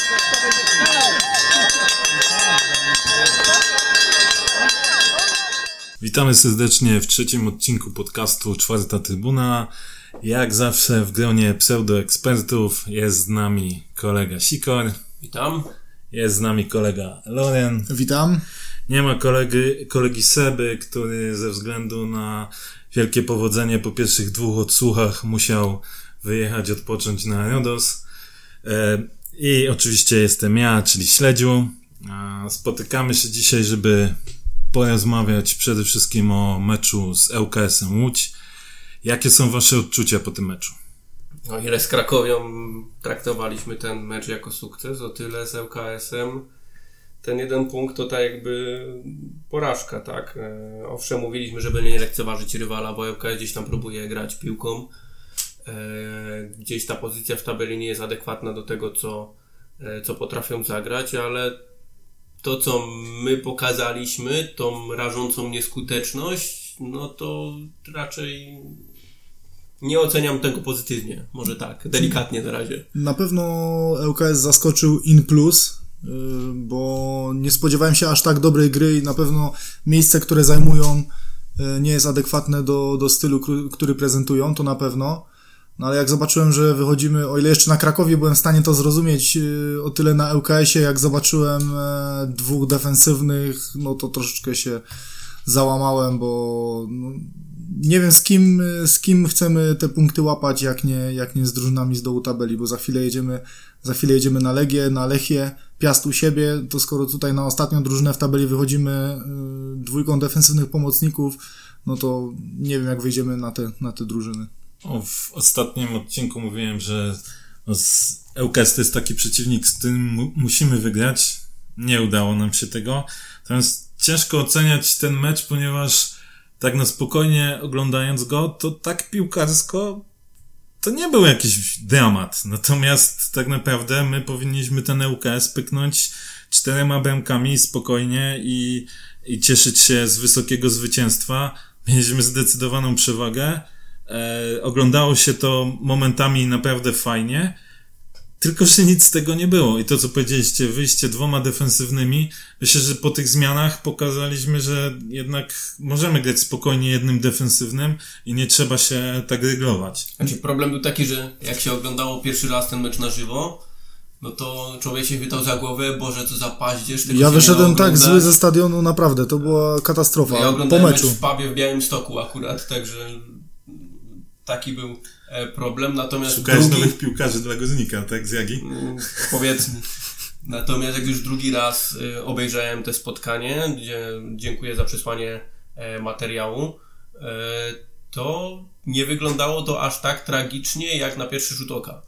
Witamy serdecznie w trzecim odcinku podcastu Czwarta Trybuna. Jak zawsze w gronie pseudoekspertów jest z nami kolega Sikor. Witam. Jest z nami kolega Loren. Witam. Nie ma kolegi Seby, który ze względu na wielkie powodzenie po pierwszych 2 odsłuchach musiał wyjechać, odpocząć na Rodos. I oczywiście jestem ja, czyli Śledziu. Spotykamy się dzisiaj, żeby porozmawiać przede wszystkim o meczu z ŁKS-em Łódź. Jakie są wasze odczucia po tym meczu? O ile z Krakowią traktowaliśmy ten mecz jako sukces, o tyle z ŁKS-em ten 1 punkt to tak jakby porażka, tak? Owszem, mówiliśmy, żeby nie lekceważyć rywala, bo ŁKS gdzieś tam próbuje grać piłką. Gdzieś ta pozycja w tabeli nie jest adekwatna do tego, co potrafią zagrać, ale to, co my pokazaliśmy, tą rażącą nieskuteczność, no to raczej nie oceniam tego pozytywnie. Może tak, delikatnie na razie. Na pewno ŁKS zaskoczył in plus, bo nie spodziewałem się aż tak dobrej gry i na pewno miejsce, które zajmują, nie jest adekwatne do stylu, który prezentują, to na pewno. No ale jak zobaczyłem, że wychodzimy, o ile jeszcze na Krakowie byłem w stanie to zrozumieć, o tyle na ŁKS-ie, jak zobaczyłem 2 defensywnych, no to troszeczkę się załamałem, bo no, nie wiem z kim chcemy te punkty łapać, jak nie z drużynami z dołu tabeli, bo za chwilę jedziemy na Legię, na Lechię, Piast u siebie, to skoro tutaj na ostatnią drużynę w tabeli wychodzimy 2 defensywnych pomocników, no to nie wiem, jak wyjdziemy na te drużyny. W ostatnim odcinku mówiłem, że ŁKS to jest taki przeciwnik, z którym musimy wygrać. Nie udało nam się tego. Natomiast ciężko oceniać ten mecz, ponieważ tak na spokojnie oglądając go, to tak piłkarsko to nie był jakiś dramat. Natomiast tak naprawdę my powinniśmy ten ŁKS pyknąć 4 bramkami spokojnie i cieszyć się z wysokiego zwycięstwa. Mieliśmy zdecydowaną przewagę. Oglądało się to momentami naprawdę fajnie, tylko że nic z tego nie było. I to, co powiedzieliście, wyjście 2 defensywnymi, myślę, że po tych zmianach pokazaliśmy, że jednak możemy grać spokojnie 1 defensywnym i nie trzeba się tak ryglować. Znaczy, problem był taki, że jak się oglądało pierwszy raz ten mecz na żywo, no to człowiek się chwytał za głowę, Boże, co za paździerz. Ja wyszedłem tak zły ze stadionu, naprawdę, to była katastrofa. Ja oglądałem po meczu. mecz w pubie w Białymstoku akurat, także taki był problem, natomiast Szukałeś nowych piłkarzy dla Goznika, tak, z Jagi? Powiedzmy. Natomiast jak już drugi raz obejrzałem to spotkanie, gdzie dziękuję za przesłanie materiału, to nie wyglądało to aż tak tragicznie, jak na pierwszy rzut oka.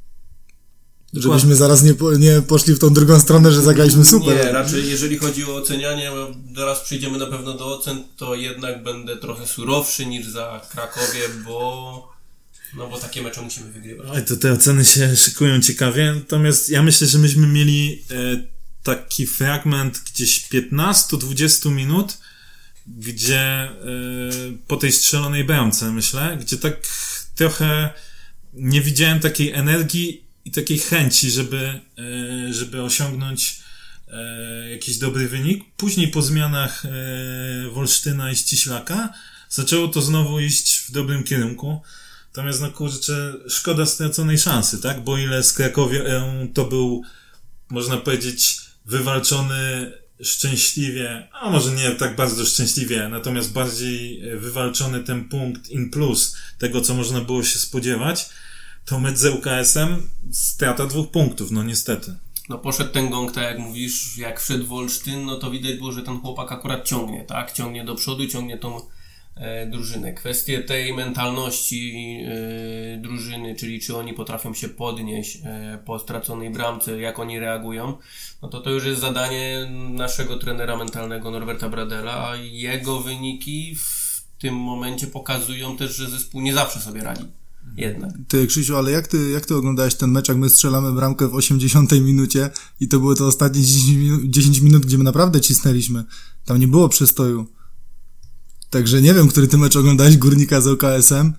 Żebyśmy zaraz nie poszli w tą drugą stronę, że zagraliśmy super. Nie, raczej jeżeli chodzi o ocenianie, zaraz przyjdziemy na pewno do ocen, to jednak będę trochę surowszy niż za Krakowie, bo takie mecze musimy wygrywać. Oj, to te oceny się szykują ciekawie, natomiast ja myślę, że myśmy mieli taki fragment gdzieś 15-20 minut, gdzie po tej strzelonej bramce, myślę, gdzie tak trochę nie widziałem takiej energii i takiej chęci, żeby osiągnąć jakiś dobry wynik. Później po zmianach Wolsztyna i Ściślaka zaczęło to znowu iść w dobrym kierunku. Natomiast szkoda straconej szansy, tak? Bo ile z Krakowią to był, można powiedzieć, wywalczony szczęśliwie, a może nie tak bardzo szczęśliwie, natomiast bardziej wywalczony ten punkt in plus tego, co można było się spodziewać, to mecz z ŁKS-em strata 2 punktów, no niestety. No poszedł ten gong, tak jak mówisz, jak wszedł Wolsztyn, no to widać było, że ten chłopak akurat ciągnie, tak? Ciągnie do przodu, ciągnie tą drużynę. Kwestie tej mentalności drużyny, czyli czy oni potrafią się podnieść po straconej bramce, jak oni reagują, no to już jest zadanie naszego trenera mentalnego Norberta Bradela, a jego wyniki w tym momencie pokazują też, że zespół nie zawsze sobie radzi. Jednak. Ty, Krzysiu, ale jak ty oglądałeś ten mecz, jak my strzelamy bramkę w 80 minucie i to były te ostatnie 10 minut, gdzie my naprawdę cisnęliśmy. Tam nie było przystoju. Także nie wiem, który ty mecz oglądałeś, Górnika z ŁKS-em,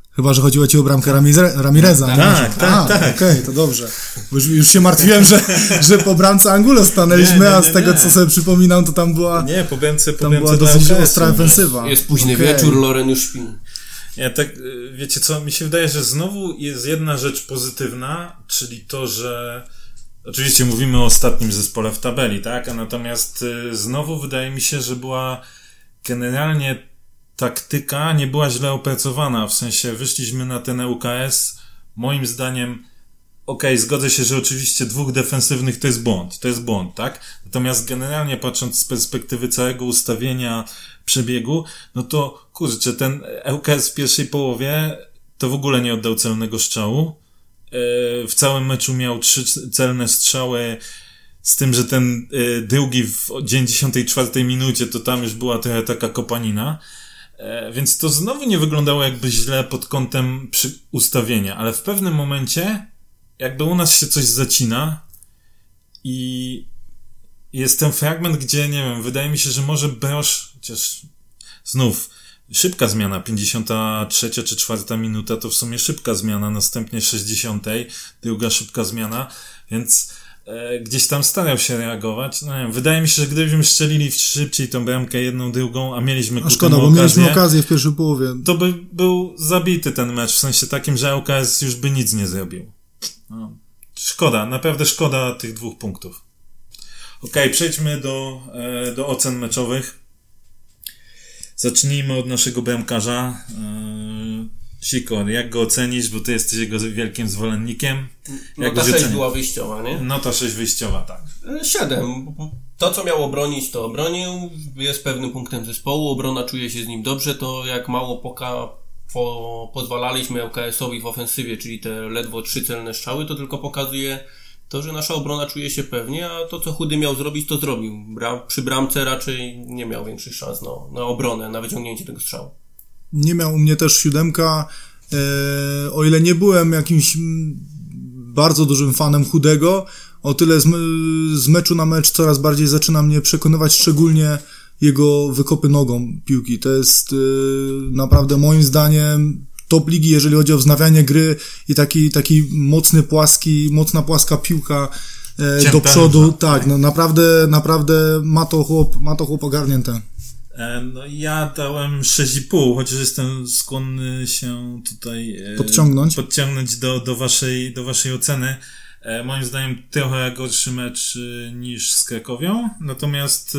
Chyba, że chodziło ci o bramkę Ramireza. Tak. Okej, to dobrze. Bo już się martwiłem, że po bramce Angulo stanęliśmy, a z tego, co sobie przypominam, to tam była... Nie, po bramce dosyć ostra ofensywa. Jest późny wieczór, Loren już śpi. Ja tak, wiecie co, mi się wydaje, że znowu jest jedna rzecz pozytywna, czyli to, że oczywiście mówimy o ostatnim zespole w tabeli, tak? A natomiast znowu wydaje mi się, że była generalnie taktyka nie była źle opracowana, w sensie wyszliśmy na ten ŁKS, moim zdaniem zgodzę się, że oczywiście 2 defensywnych to jest błąd, tak? Natomiast generalnie patrząc z perspektywy całego ustawienia przebiegu, no to kurczę, ten ŁKS w pierwszej połowie to w ogóle nie oddał celnego strzału. W całym meczu miał 3 celne strzały, z tym, że ten drugi w 94 minucie to tam już była trochę taka kopanina. Więc to znowu nie wyglądało jakby źle pod kątem ustawienia, ale w pewnym momencie jakby u nas się coś zacina i jest ten fragment, gdzie, nie wiem, wydaje mi się, że może Broż, chociaż znów szybka zmiana, 53 czy 4 minuta to w sumie szybka zmiana, następnie 60, druga szybka zmiana, więc gdzieś tam starał się reagować. No nie wiem, wydaje mi się, że gdybyśmy strzelili szybciej tą bramkę jedną, drugą, a mieliśmy ku szkoda, temu bo mieliśmy okazję w pierwszej połowie. To by był zabity ten mecz, w sensie takim, że ŁKS już by nic nie zrobił. No, szkoda, naprawdę szkoda tych 2 punktów. Przejdźmy do ocen meczowych. Zacznijmy od naszego bramkarza. Sikor, jak go ocenisz, bo ty jesteś jego wielkim zwolennikiem? Nota 6 była wyjściowa, nie? Nota 6 wyjściowa, tak. 7. To, co miał obronić, to obronił. Jest pewnym punktem zespołu. Obrona czuje się z nim dobrze. To jak mało pozwalaliśmy ŁKS-owi w ofensywie, czyli te ledwo 3 celne strzały, to tylko pokazuje to, że nasza obrona czuje się pewnie, a to, co Chudy miał zrobić, to zrobił. Przy bramce raczej nie miał większych szans na obronę, na wyciągnięcie tego strzału. Nie miał u mnie też 7. O ile nie byłem jakimś bardzo dużym fanem Chudego, o tyle z meczu na mecz coraz bardziej zaczyna mnie przekonywać, szczególnie jego wykopy nogą piłki. To jest naprawdę moim zdaniem top ligi, jeżeli chodzi o wznawianie gry i taki mocna płaska piłka do przodu. Tak, no naprawdę ma to chłop ogarnięte. No ja dałem 6,5, chociaż jestem skłonny się tutaj podciągnąć do waszej oceny. Moim zdaniem trochę gorszy mecz niż z Krakowią, natomiast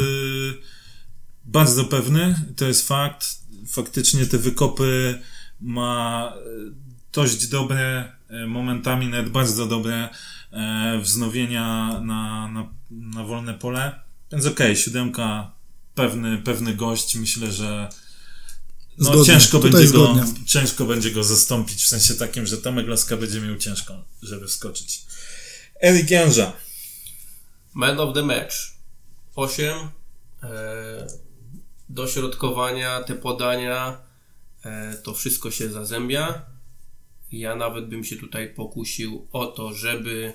bardzo pewny, to jest fakt. Faktycznie te wykopy ma dość dobre, momentami nawet bardzo dobre wznowienia na wolne pole, więc 7, pewny gość, myślę, że ciężko będzie go zastąpić, w sensie takim, że Tomek Laska będzie miał ciężko, żeby wskoczyć. Erik Janża. Man of the match. 8. Dośrodkowania, te podania, to wszystko się zazębia. Ja nawet bym się tutaj pokusił o to, żeby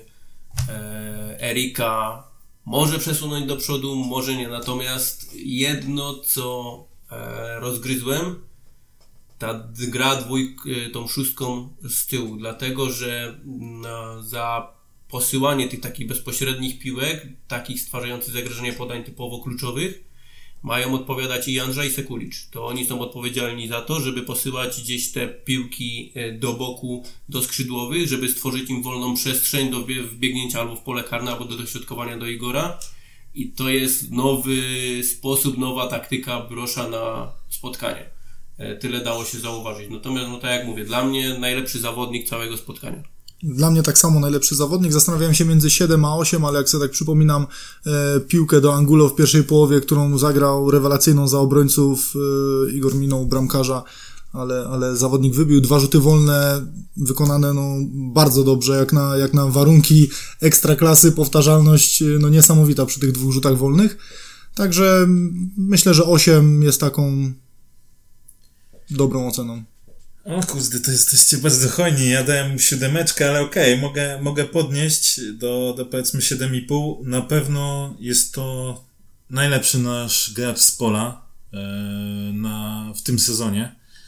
Erika może przesunąć do przodu, może nie. Natomiast jedno, co rozgryzłem, ta gra tą 6 z tyłu, dlatego że za posyłanie tych takich bezpośrednich piłek, takich stwarzających zagrożenie podań typowo kluczowych, mają odpowiadać i Janża, i Sekulicz. To oni są odpowiedzialni za to, żeby posyłać gdzieś te piłki do boku, do skrzydłowych, żeby stworzyć im wolną przestrzeń do wbiegnięcia albo w pole karne, albo do dośrodkowania do Igora. I to jest nowy sposób, nowa taktyka Brosza na spotkanie. Tyle dało się zauważyć. Natomiast, tak jak mówię, dla mnie najlepszy zawodnik całego spotkania. Dla mnie tak samo najlepszy zawodnik. Zastanawiałem się między 7 a 8, ale jak sobie tak przypominam piłkę do Angulo w pierwszej połowie, którą zagrał rewelacyjną za obrońców, Igor minął bramkarza, ale zawodnik wybił 2 rzuty wolne, wykonane bardzo dobrze, jak na warunki ekstraklasy, powtarzalność niesamowita przy tych 2 rzutach wolnych. Także myślę, że 8 jest taką dobrą oceną. O kurde, to jesteście bardzo hojni. Ja dałem 7, ale mogę podnieść do powiedzmy 7,5. Na pewno jest to najlepszy nasz gracz z pola w tym sezonie.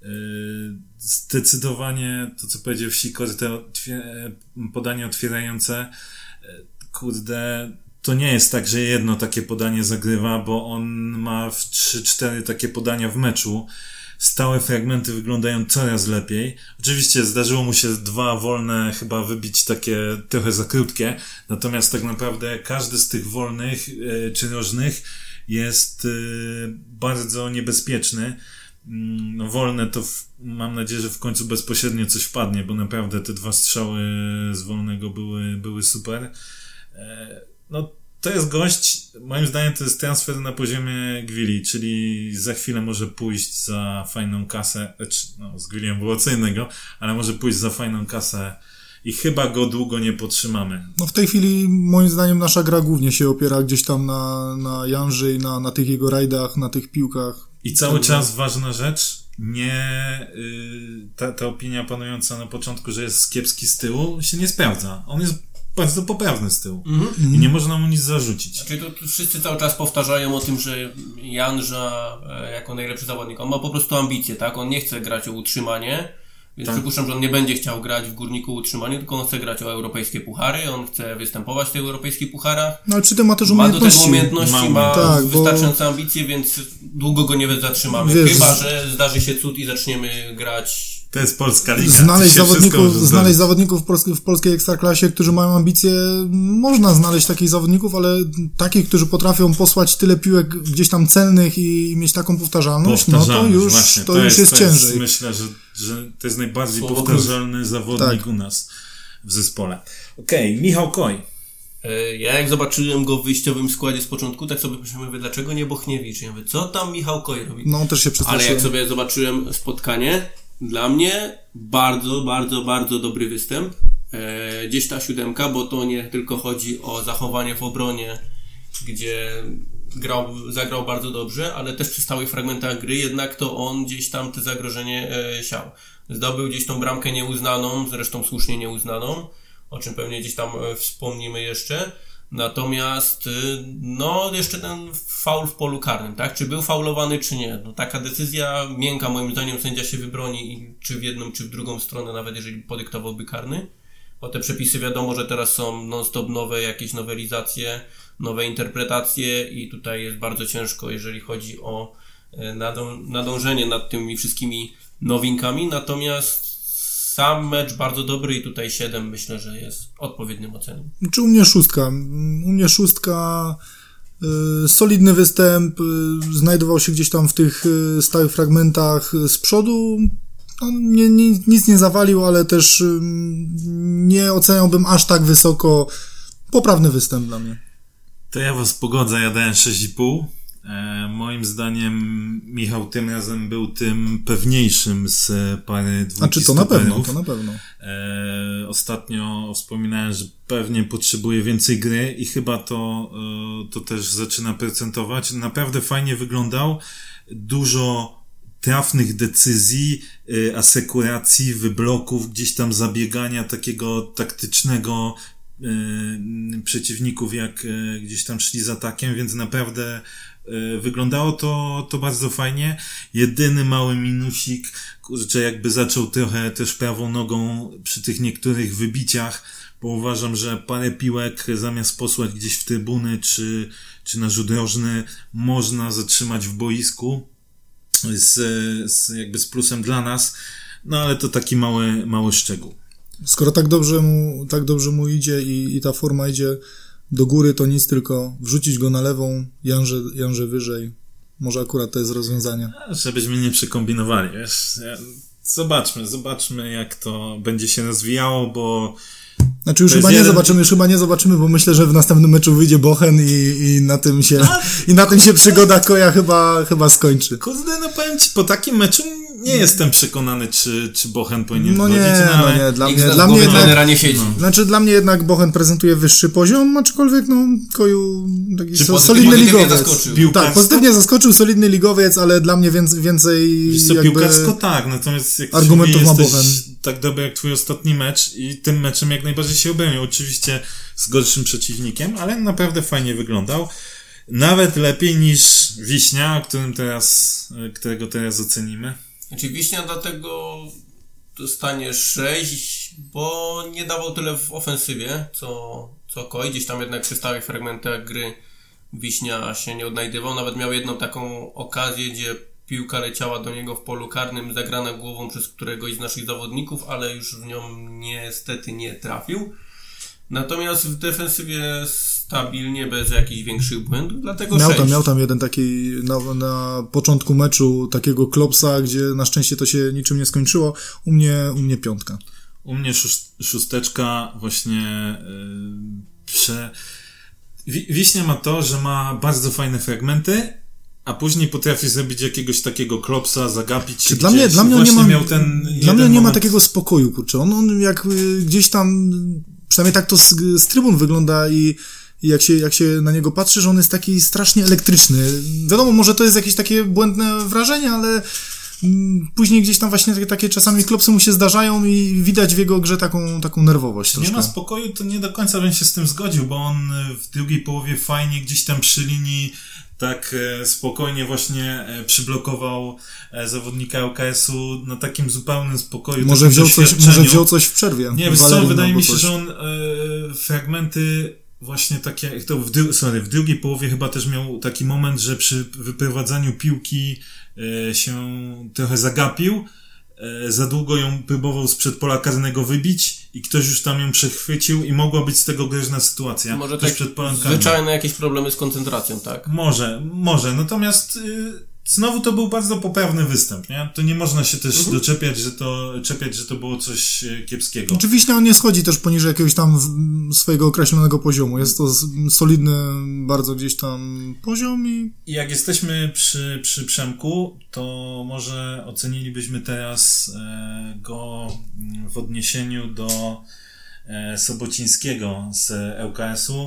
Zdecydowanie to, co powiedział Sikor, te podanie otwierające, kurde, to nie jest tak, że jedno takie podanie zagrywa, bo on ma w 3-4 takie podania w meczu. Stałe fragmenty wyglądają coraz lepiej. Oczywiście zdarzyło mu się 2 wolne chyba wybić takie trochę za krótkie, natomiast tak naprawdę każdy z tych wolnych czy rożnych jest bardzo niebezpieczny. No wolne to mam nadzieję, że w końcu bezpośrednio coś wpadnie, bo naprawdę te 2 strzały z wolnego były super. No to jest gość, moim zdaniem to jest transfer na poziomie Gwili, czyli za chwilę może pójść za fajną kasę, no z Gwiliem było co innego, ale może pójść za fajną kasę i chyba go długo nie podtrzymamy. No w tej chwili moim zdaniem nasza gra głównie się opiera gdzieś tam na Janży i na tych jego rajdach, na tych piłkach. I cały czas ważna rzecz, ta opinia panująca na początku, że jest kiepski z tyłu, się nie sprawdza. On jest bardzo poprawny z tyłu. I nie można mu nic zarzucić. Znaczy to wszyscy cały czas powtarzają o tym, że Janża jako najlepszy zawodnik, on ma po prostu ambicje, tak? On nie chce grać o utrzymanie, więc przypuszczam, że on nie będzie chciał grać w Górniku o utrzymaniu, tylko on chce grać o europejskie puchary, on chce występować w tych europejskich pucharach. No ale przy tym ma też Ma do tego umiejętności, ma tak, wystarczające ambicje, więc długo go nie zatrzymamy. Wiesz, chyba że zdarzy się cud i zaczniemy grać. To jest polska liga. Znaleźć zawodników w polskiej ekstraklasie, którzy mają ambicje, można znaleźć takich zawodników, ale takich, którzy potrafią posłać tyle piłek gdzieś tam celnych i mieć taką powtarzalność, no to już, właśnie, to już jest ciężej. Myślę, że to jest najbardziej powtarzalny zawodnik u nas w zespole. Okej, Michał Koj. Ja jak zobaczyłem go w wyjściowym składzie z początku, tak sobie myślałem, dlaczego nie Bochniewicz? Ja mówię, co tam Michał Koj robi? No, też się przestraszyłem. Ale jak sobie zobaczyłem spotkanie, dla mnie bardzo, bardzo, bardzo dobry występ. Gdzieś ta 7, bo to nie tylko chodzi o zachowanie w obronie, gdzie zagrał bardzo dobrze, ale też przy stałych fragmentach gry, jednak to on gdzieś tam te zagrożenie siał. Zdobył gdzieś tą bramkę nieuznaną, zresztą słusznie nieuznaną, o czym pewnie gdzieś tam wspomnimy jeszcze. Natomiast, no, jeszcze ten faul w polu karnym, tak? Czy był faulowany, czy nie? No, taka decyzja miękka, moim zdaniem, sędzia się wybroni czy w jedną, czy w drugą stronę, nawet jeżeli podyktowałby karny. Bo te przepisy wiadomo, że teraz są non-stop nowe jakieś nowelizacje, nowe interpretacje i tutaj jest bardzo ciężko, jeżeli chodzi o nadążenie nad tymi wszystkimi nowinkami. Natomiast sam mecz bardzo dobry i tutaj 7 myślę, że jest odpowiednim oceną. Czy u mnie 6? U mnie 6, solidny występ, znajdował się gdzieś tam w tych stałych fragmentach z przodu. No, nic nie zawalił, ale też nie oceniałbym aż tak wysoko. Poprawny występ dla mnie. To ja was pogodzę, ja dałem 6,5. Moim zdaniem Michał tym razem był tym pewniejszym z pary dwójki. Znaczy to stoperów. to na pewno. Ostatnio wspominałem, że pewnie potrzebuje więcej gry i chyba to też zaczyna procentować. Naprawdę fajnie wyglądał. Dużo trafnych decyzji, asekuracji, wybloków, gdzieś tam zabiegania takiego taktycznego przeciwników, jak gdzieś tam szli z atakiem, więc naprawdę wyglądało to bardzo fajnie. Jedyny mały minusik, kurczę, jakby zaczął trochę też prawą nogą przy tych niektórych wybiciach, bo uważam, że parę piłek zamiast posłać gdzieś w trybuny czy na rzut rożny można zatrzymać w boisku z plusem dla nas, no ale to taki mały szczegół. Skoro tak dobrze mu idzie i ta forma idzie do góry, to nic, tylko wrzucić go na lewą, Janże wyżej. Może akurat to jest rozwiązanie. Żebyśmy nie przekombinowali, wiesz. Zobaczmy jak to będzie się rozwijało, bo znaczy już chyba nie zobaczymy, bo myślę, że w następnym meczu wyjdzie Bochen i na tym się przygoda Koja chyba skończy. Kurde, no powiem ci, po takim meczu nie jestem przekonany, czy Bochen powinien wchodzić. Nie. Dla mnie jednak nie siedzi. Znaczy dla mnie jednak Bochen prezentuje wyższy poziom, aczkolwiek Koju taki solidny ligowiec. Tak, pozytywnie zaskoczył, solidny ligowiec, ale dla mnie więcej piłkarsko tak, natomiast jak argumentów ma Bochen. Tak dobry jak twój ostatni mecz i tym meczem jak najbardziej się obronił. Oczywiście z gorszym przeciwnikiem, ale naprawdę fajnie wyglądał. Nawet lepiej niż Wiśnia, którego teraz ocenimy. Znaczy Wiśnia dlatego dostanie 6, bo nie dawał tyle w ofensywie, co Koi. Gdzieś tam jednak przy stałych fragmentach gry Wiśnia się nie odnajdywał. Nawet miał jedną taką okazję, gdzie piłka leciała do niego w polu karnym, zagrana głową przez któregoś z naszych zawodników, ale już w nią niestety nie trafił. Natomiast w defensywie stabilnie, bez jakichś większych błędów, dlatego miał tam jeden taki na początku meczu takiego klopsa, gdzie na szczęście to się niczym nie skończyło. U mnie 5. U mnie 6 właśnie Wiśnia ma to, że ma bardzo fajne fragmenty, a później potrafi zrobić jakiegoś takiego klopsa, zagapić się. Dla mnie on nie ma takiego spokoju, kurczę. On jak gdzieś tam, przynajmniej tak to z trybun wygląda i jak się na niego patrzy, że on jest taki strasznie elektryczny. Wiadomo, może to jest jakieś takie błędne wrażenie, ale później gdzieś tam właśnie takie czasami klopsy mu się zdarzają i widać w jego grze taką nerwowość troszkę. Nie ma spokoju, to nie do końca bym się z tym zgodził, bo on w drugiej połowie fajnie gdzieś tam przy linii tak spokojnie właśnie przyblokował zawodnika LKS-u na takim zupełnym spokoju. Może wziął coś w przerwie. Nie, wiesz co, wydaje mi się, że on fragmenty właśnie takie, jak to w drugiej połowie chyba też miał taki moment, że przy wyprowadzaniu piłki się trochę zagapił, za długo ją próbował sprzed pola karnego wybić i ktoś już tam ją przechwycił i mogła być z tego groźna sytuacja. Może tak zwyczajne jakieś problemy z koncentracją, tak? Może. Natomiast znowu to był bardzo poprawny występ, nie? To nie można się też doczepiać, że to było coś kiepskiego. Oczywiście on nie schodzi też poniżej jakiegoś tam swojego określonego poziomu. Jest to solidny bardzo gdzieś tam poziom i jak jesteśmy przy Przemku, to może ocenilibyśmy teraz go w odniesieniu do Sobocińskiego z ŁKS-u.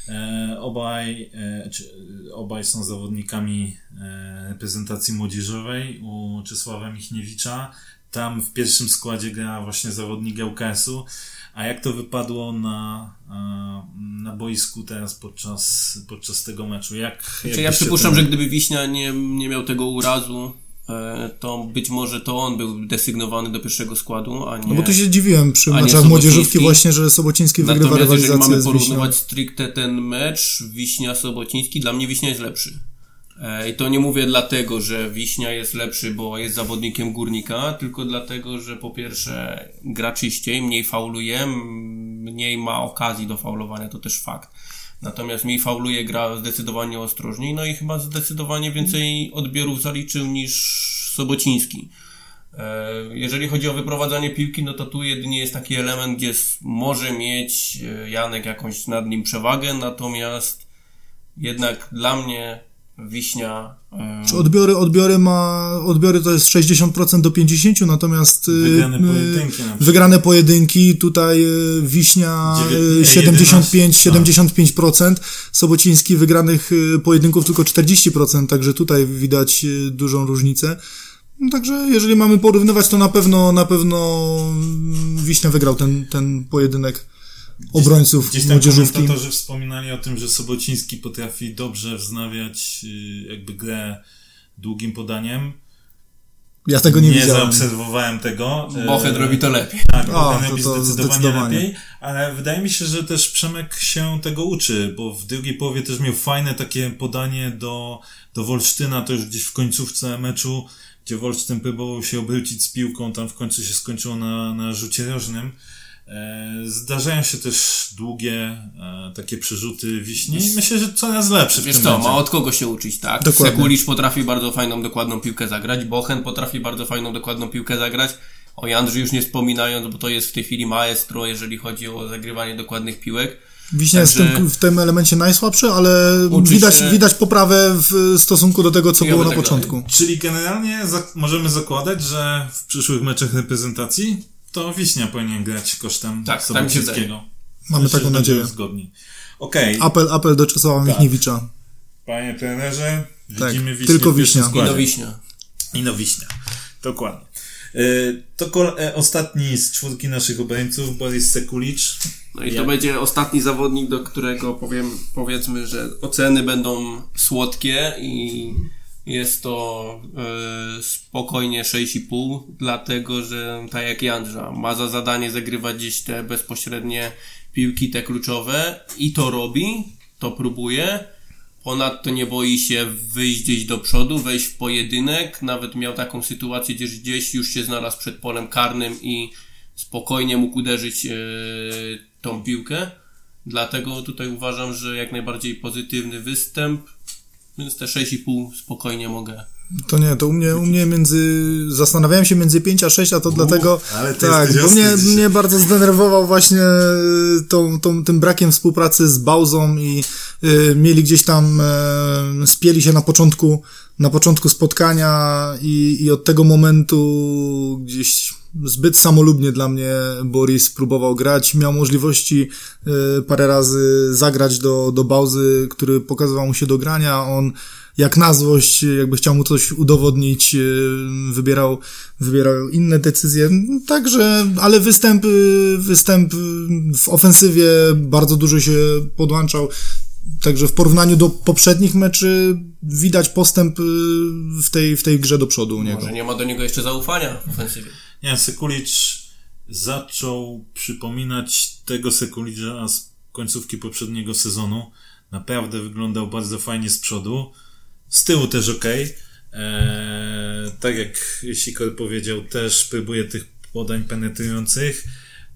Obaj są zawodnikami reprezentacji młodzieżowej u Czesława Michniewicza. Tam w pierwszym składzie gra właśnie zawodnik ŁKS-u. A jak to wypadło na boisku teraz podczas tego meczu? Ja przypuszczam, że gdyby Wiśnia nie miał tego urazu, to być może to on był desygnowany do pierwszego składu, a nie... No bo tu się dziwiłem przy meczach młodzieżówki właśnie, że Sobociński wygrywa rywalizację z Wiśnią. Natomiast jeżeli mamy porównywać stricte ten mecz, Wiśnia-Sobociński, dla mnie Wiśnia jest lepszy. I to nie mówię dlatego, że Wiśnia jest lepszy, bo jest zawodnikiem Górnika, tylko dlatego, że po pierwsze gra czyściej, mniej fauluje, mniej ma okazji do faulowania, to też fakt. Natomiast mniej fauluje, gra zdecydowanie ostrożniej, no i chyba zdecydowanie więcej odbiorów zaliczył niż Sobociński. Jeżeli chodzi o wyprowadzanie piłki, no to tu jedynie jest taki element, gdzie może mieć Janek jakąś nad nim przewagę, natomiast jednak dla mnie Wiśnia... Czy odbiory to jest 60% do 50%, natomiast wygrane pojedynki, tutaj Wiśnia 75%, Sobociński wygranych pojedynków tylko 40%, także tutaj widać dużą różnicę. Także jeżeli mamy porównywać, to na pewno Wiśnia wygrał ten pojedynek obrońców młodzieżówki. Komentatorzy wspominali o tym, że Sobociński potrafi dobrze wznawiać jakby grę długim podaniem. Ja tego nie widziałem. Nie zaobserwowałem tego. Bochen robi to lepiej. Tak, Bochen robi zdecydowanie lepiej, ale wydaje mi się, że też Przemek się tego uczy, bo w drugiej połowie też miał fajne takie podanie do Wolsztyna, to już gdzieś w końcówce meczu, gdzie Wolsztyn próbował się obrócić z piłką, tam w końcu się skończyło na rzucie rożnym. Zdarzają się też długie takie przerzuty Wiśni i myślę, że coraz lepszy w tym meczu. Ma od kogo się uczyć, tak? Sekulicz potrafi bardzo fajną, dokładną piłkę zagrać, Bochen potrafi bardzo fajną, dokładną piłkę zagrać, o Jandrze już nie wspominając, bo to jest w tej chwili maestro, jeżeli chodzi o zagrywanie dokładnych piłek. Wiśnia jest w tym elemencie najsłabszy, ale widać poprawę w stosunku do tego, co było na początku. Czyli generalnie możemy zakładać, że w przyszłych meczach reprezentacji to Wiśnia powinien grać kosztem Sobocińskiego. Mamy taką nadzieję. Zgodni. Okay. Apel do Czesława Michniewicza. Panie trenerze, widzimy Wiśnię tylko Wiśnia. I no Wiśnia. Dokładnie. To ostatni z czwórki naszych obrońców, Borys Sekulicz. No i to będzie ostatni zawodnik, do którego powiedzmy, że oceny będą słodkie i jest to spokojnie 6,5, dlatego że tak jak Jandrza ma za zadanie zagrywać gdzieś te bezpośrednie piłki, te kluczowe i to robi, to próbuje. Ponadto nie boi się wyjść gdzieś do przodu, wejść w pojedynek. Nawet miał taką sytuację, gdzieś już się znalazł przed polem karnym i spokojnie mógł uderzyć tą piłkę. Dlatego tutaj uważam, że jak najbardziej pozytywny występ, więc te 6,5 spokojnie mogę. To nie, to u mnie zastanawiałem się między 5 a 6, a to dlatego, tak, bo mnie bardzo zdenerwował właśnie tym brakiem współpracy z Bauzą i mieli gdzieś tam, spieli się na początku spotkania i od tego momentu gdzieś zbyt samolubnie dla mnie Boris próbował grać, miał możliwości parę razy zagrać do Bauzy, który pokazywał mu się do grania, on jak na złość, jakby chciał mu coś udowodnić, wybierał inne decyzje, także, ale występ w ofensywie bardzo dużo się podłączał, także w porównaniu do poprzednich meczy widać postęp w tej grze do przodu u niego. Może nie ma do niego jeszcze zaufania w ofensywie. Nie, Sekulic zaczął przypominać tego Sekulicza z końcówki poprzedniego sezonu. Naprawdę wyglądał bardzo fajnie z przodu. Z tyłu też okej. Tak jak Sikor powiedział, też próbuje tych podań penetrujących.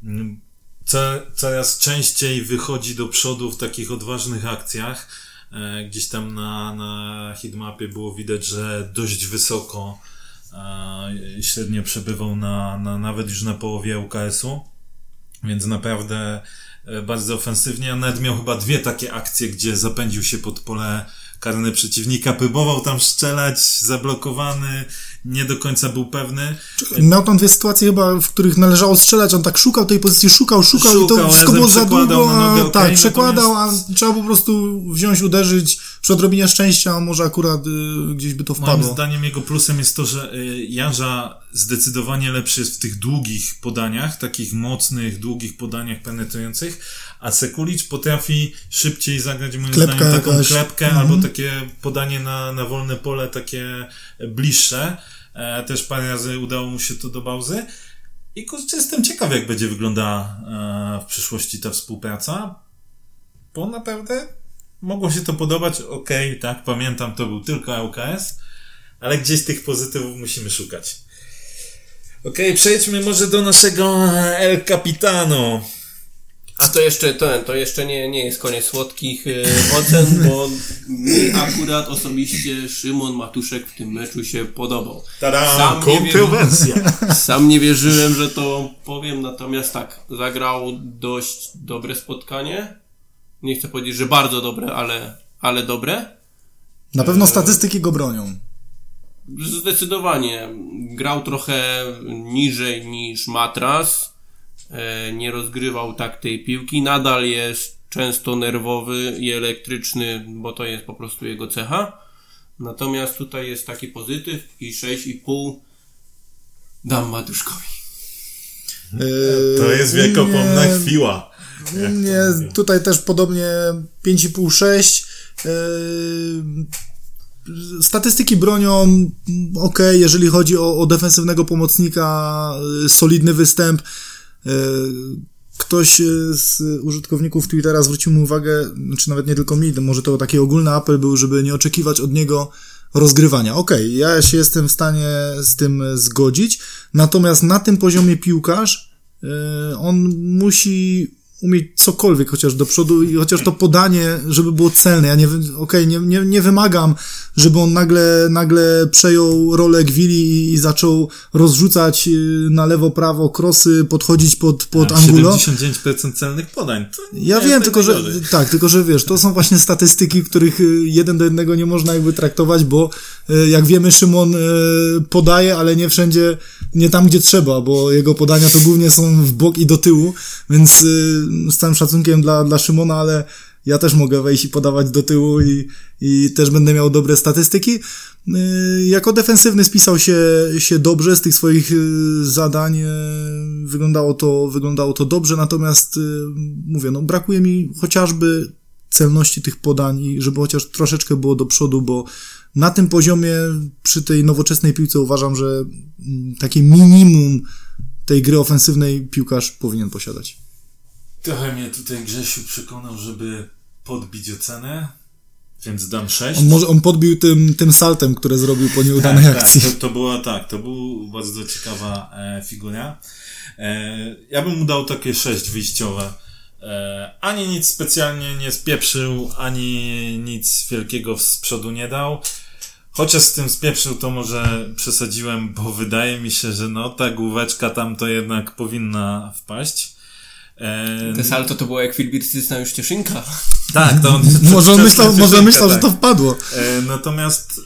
Coraz częściej wychodzi do przodu w takich odważnych akcjach. Gdzieś tam na heatmapie było widać, że dość wysoko średnio przebywał nawet już na połowie UKS-u. Więc naprawdę bardzo ofensywnie. Nawet miał chyba 2 takie akcje, gdzie zapędził się pod pole karne przeciwnika, próbował tam strzelać, zablokowany, nie do końca był pewny. Miał tam 2 sytuacje chyba, w których należało strzelać, on tak szukał tej pozycji, szukał i to wszystko było za długo, tak, przekładał, a trzeba po prostu wziąć, uderzyć, przy odrobinie szczęścia, może akurat gdzieś by to wpadło. Moim zdaniem jego plusem jest to, że Jarza zdecydowanie lepszy jest w tych długich podaniach, takich mocnych, długich podaniach penetrujących, a Sekulic potrafi szybciej zagrać, moim zdaniem, taką klepkę albo takie podanie na wolne pole, takie bliższe. Też parę razy udało mu się to do Bauzy. I kurczę, jestem ciekaw, jak będzie wyglądała w przyszłości ta współpraca, bo naprawdę mogło się to podobać. Okej, tak, pamiętam, to był tylko ŁKS, ale gdzieś tych pozytywów musimy szukać. Okej, przejdźmy może do naszego El Capitano. A to jeszcze nie jest koniec słodkich ocen, bo mi akurat osobiście Szymon Matuszek w tym meczu się podobał. Kontrowersja. Sam nie wierzyłem, że to powiem, natomiast tak, zagrał dość dobre spotkanie. Nie chcę powiedzieć, że bardzo dobre, ale dobre. Na pewno statystyki go bronią. Zdecydowanie. Grał trochę niżej niż Matras. Nie rozgrywał tak tej piłki. Nadal jest często nerwowy i elektryczny, bo to jest po prostu jego cecha. Natomiast tutaj jest taki pozytyw i 6,5 dam Matuszkowi. To jest wiekopomna chwila. Nie, tutaj też podobnie 5,5-6. Statystyki bronią okej, jeżeli chodzi o defensywnego pomocnika, solidny występ. Ktoś z użytkowników Twittera zwrócił mi uwagę, czy nawet nie tylko mi, może to taki ogólny apel był, żeby nie oczekiwać od niego rozgrywania. Okej, ja się jestem w stanie z tym zgodzić, natomiast na tym poziomie piłkarz on musi umieć cokolwiek chociaż do przodu i chociaż to podanie, żeby było celne. Ja nie wymagam, żeby on nagle przejął rolę Gwili i zaczął rozrzucać na lewo, prawo krosy, podchodzić pod Angulo. 79% celnych podań. Ja wiem, tylko że wiesz, to są właśnie statystyki, których 1 do 1 nie można jakby traktować, bo jak wiemy, Szymon podaje, ale nie wszędzie, nie tam, gdzie trzeba, bo jego podania to głównie są w bok i do tyłu, więc z całym szacunkiem dla Szymona, ale ja też mogę wejść i podawać do tyłu i też będę miał dobre statystyki. Jako defensywny spisał się dobrze z tych swoich zadań. Wyglądało to dobrze, natomiast mówię, brakuje mi chociażby celności tych podań i żeby chociaż troszeczkę było do przodu, bo na tym poziomie przy tej nowoczesnej piłce uważam, że takie minimum tej gry ofensywnej piłkarz powinien posiadać. Trochę mnie tutaj Grzesiu przekonał, żeby podbić ocenę, więc dam 6. On podbił tym saltem, które zrobił po nieudanej akcji. To była bardzo ciekawa figura. Ja bym mu dał takie 6 wyjściowe. Ani nic specjalnie nie spieprzył, ani nic wielkiego z przodu nie dał. Chociaż z tym spieprzył to może przesadziłem, bo wydaje mi się, że ta główeczka tam to jednak powinna wpaść. Te salto to było jak filbircystna już Cieszynka. Tak, to on może myślał, że to wpadło. Natomiast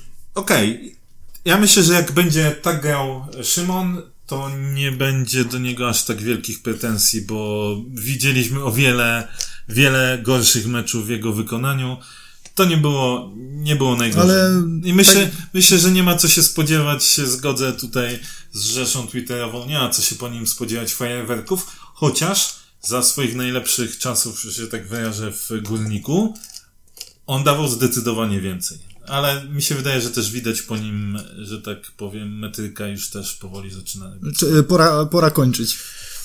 ja myślę, że jak będzie tak grał Szymon, to nie będzie do niego aż tak wielkich pretensji, bo widzieliśmy o wiele gorszych meczów w jego wykonaniu. To nie było najgorzej. I myślę, że nie ma co się spodziewać, się zgodzę tutaj z rzeszą twitterową, nie ma co się po nim spodziewać fajerwerków, chociaż za swoich najlepszych czasów, że się tak wyrażę, w Górniku, on dawał zdecydowanie więcej. Ale mi się wydaje, że też widać po nim, że tak powiem, metryka już też powoli zaczyna. Pora kończyć.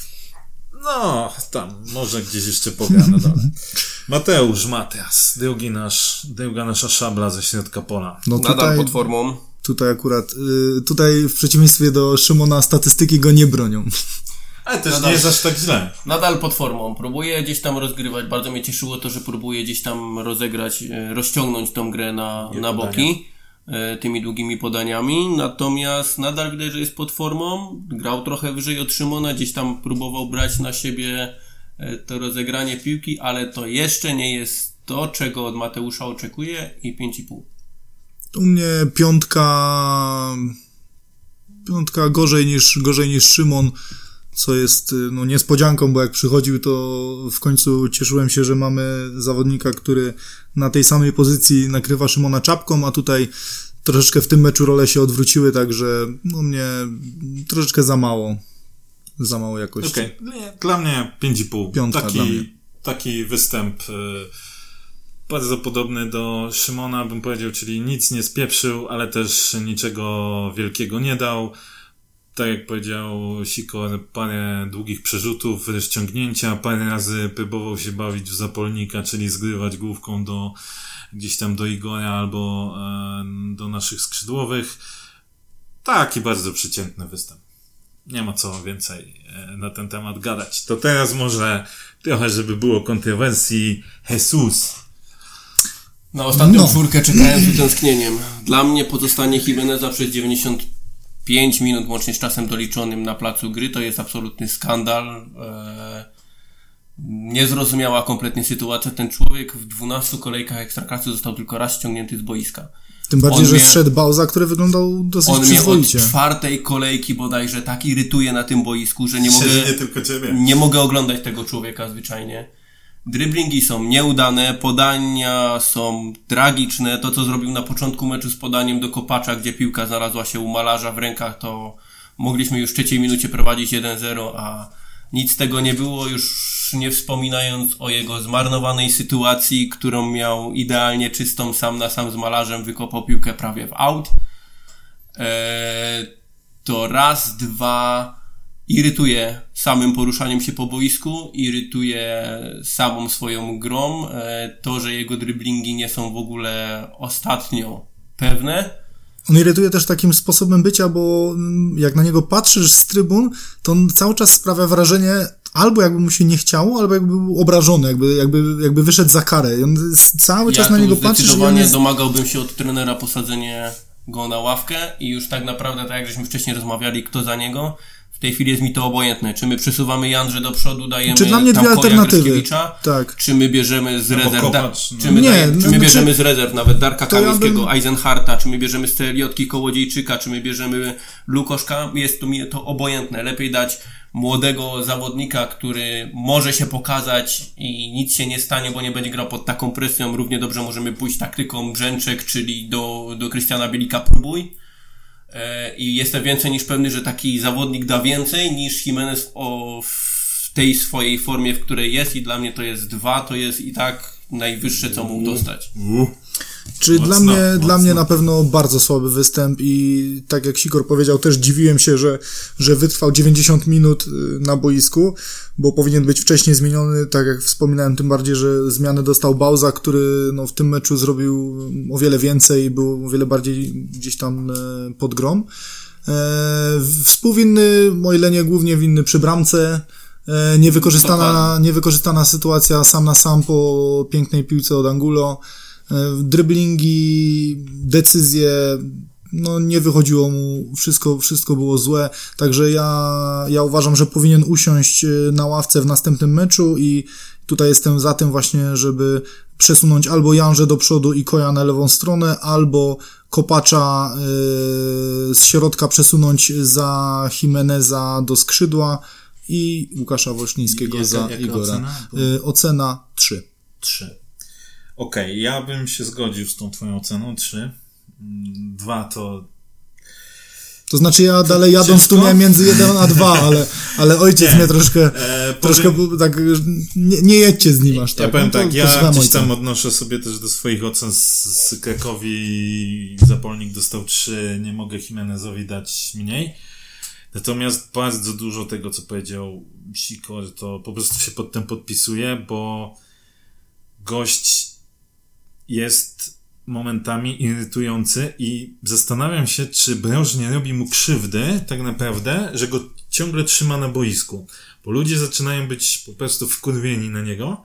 No, tam może gdzieś jeszcze pogra na dole. Mateusz Matias, druga nasza szabla ze środka pola. Nadal pod formą. Tutaj akurat, w przeciwieństwie do Szymona statystyki go nie bronią. Ale też nie jest aż tak źle. Nadal pod formą. Próbuje gdzieś tam rozgrywać. Bardzo mnie cieszyło to, że próbuje gdzieś tam rozciągnąć tą grę na boki tymi długimi podaniami. Natomiast nadal widać, że jest pod formą. Grał trochę wyżej od Szymona. Gdzieś tam próbował brać na siebie to rozegranie piłki, ale to jeszcze nie jest to, czego od Mateusza oczekuję i 5,5. U mnie piątka gorzej niż Szymon, co jest niespodzianką, bo jak przychodził, to w końcu cieszyłem się, że mamy zawodnika, który na tej samej pozycji nakrywa Szymona czapką, a tutaj troszeczkę w tym meczu role się odwróciły, także mnie troszeczkę za mało jakości. Okej. Dla mnie 5,5. Piątka dla mnie. Taki występ bardzo podobny do Szymona, bym powiedział, czyli nic nie spieprzył, ale też niczego wielkiego nie dał. Tak jak powiedział Sikor, parę długich przerzutów, rozciągnięcia, parę razy próbował się bawić w zapolnika, czyli zgrywać główką gdzieś tam do Igora albo do naszych skrzydłowych. Taki bardzo przeciętny występ. Nie ma co więcej na ten temat gadać. To teraz może trochę, żeby było kontrowersji, Jesus. Na ostatnią czwórkę czekałem z utęsknieniem. Dla mnie pozostanie Jimeneza przez 95 minut, łącznie z czasem doliczonym na placu gry, to jest absolutny skandal. Niezrozumiała kompletnie sytuacja. Ten człowiek w 12 kolejkach Ekstraklasy został tylko raz ściągnięty z boiska. Tym bardziej, że zszedł Bauza, który wyglądał dosyć przyzwoicie. On mnie od 4. kolejki bodajże tak irytuje na tym boisku, że nie mogę oglądać tego człowieka zwyczajnie. Driblingi są nieudane, podania są tragiczne. To, co zrobił na początku meczu z podaniem do Kopacza, gdzie piłka znalazła się u malarza w rękach, to mogliśmy już w 3 minucie prowadzić 1-0, a nic z tego nie było, już nie wspominając o jego zmarnowanej sytuacji, którą miał idealnie czystą, sam na sam z malarzem, wykopał piłkę prawie w aut. To raz, dwa, irytuje samym poruszaniem się po boisku, irytuje samą swoją grą, to, że jego driblingi nie są w ogóle ostatnio pewne. On irytuje też takim sposobem bycia, bo jak na niego patrzysz z trybun, to on cały czas sprawia wrażenie, albo jakby mu się nie chciało, albo jakby był obrażony, jakby wyszedł za karę. I on cały czas na niego patrzy. Zdecydowanie domagałbym się od trenera posadzenie go na ławkę i już tak naprawdę, tak jak żeśmy wcześniej rozmawiali, kto za niego, w tej chwili jest mi to obojętne. Czy my przesuwamy Jandrze do przodu, dajemy czy dla mnie dwie alternatywy, tak. Czy my bierzemy z rezerw czy my bierzemy z rezerw nawet Darka Kamińskiego, Eisenharta, czy my bierzemy z Celiotki Kołodziejczyka, czy my bierzemy Lukoszka, jest to mi to obojętne. Lepiej dać młodego zawodnika, który może się pokazać i nic się nie stanie, bo nie będzie grał pod taką presją. Równie dobrze możemy pójść taktyką Brzęczek, czyli do Krystiana Bielika próbuj. I jestem więcej niż pewny, że taki zawodnik da więcej niż Jimenez w tej swojej formie, w której jest, i dla mnie to jest 2, to jest i tak najwyższe, co mógł dostać. Czy dla mnie na pewno bardzo słaby występ i tak jak Sikor powiedział, też dziwiłem się, że wytrwał 90 minut na boisku, bo powinien być wcześniej zmieniony, tak jak wspominałem, tym bardziej, że zmianę dostał Bauza, który w tym meczu zrobił o wiele więcej, był o wiele bardziej gdzieś tam pod grom. Współwinny Moilenie, głównie winny przy bramce, niewykorzystana sytuacja sam na sam po pięknej piłce od Angulo. Driblingi, decyzje, nie wychodziło mu, wszystko było złe, także ja uważam, że powinien usiąść na ławce w następnym meczu i tutaj jestem za tym właśnie, żeby przesunąć albo Janże do przodu i Koja na lewą stronę, albo Kopacza z środka przesunąć za Jimeneza do skrzydła i Łukasza Wolsztyńskiego za Igora. Ocena 3. Okej, ja bym się zgodził z tą twoją oceną 3. 2 to... To znaczy ja dalej jadąc tu miałem między 1 a 2, ale ojciec mnie troszkę tak nie jedźcie z nim aż tak. Ja powiem tak, ja gdzieś tam odnoszę sobie też do swoich ocen z Krakowi, Zapolnik dostał 3, nie mogę Jimenezowi dać mniej. Natomiast bardzo dużo tego, co powiedział Sikor, to po prostu się pod tym podpisuje, bo gość jest momentami irytujący i zastanawiam się, czy Broż nie robi mu krzywdy tak naprawdę, że go ciągle trzyma na boisku, bo ludzie zaczynają być po prostu wkurwieni na niego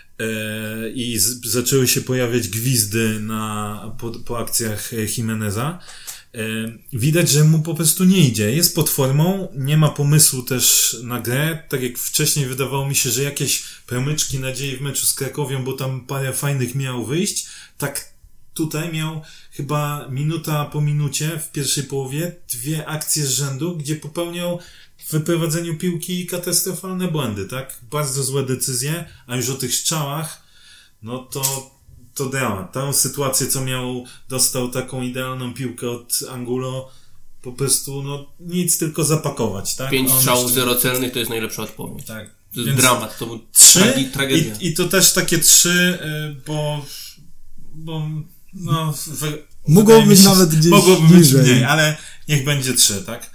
i zaczęły się pojawiać gwizdy po akcjach Jimeneza. Widać, że mu po prostu nie idzie. Jest pod formą, nie ma pomysłu też na grę. Tak jak wcześniej wydawało mi się, że jakieś promyczki nadziei w meczu z Krakowią, bo tam parę fajnych miało wyjść. Tak tutaj miał chyba minuta po minucie w pierwszej połowie 2 akcje z rzędu, gdzie popełniał w wyprowadzeniu piłki katastrofalne błędy, tak? Bardzo złe decyzje, a już o tych strzałach, to dramat. Tą sytuację, co dostał taką idealną piłkę od Angulo, po prostu, nic, tylko zapakować, tak? 5 strzałów, 0 celnych to jest najlepsza odpowiedź. Tak. To jest dramat, to był 3 tragedia. I to też takie 3, bo mogło być nawet gdzieś mniej, ale niech będzie 3, tak?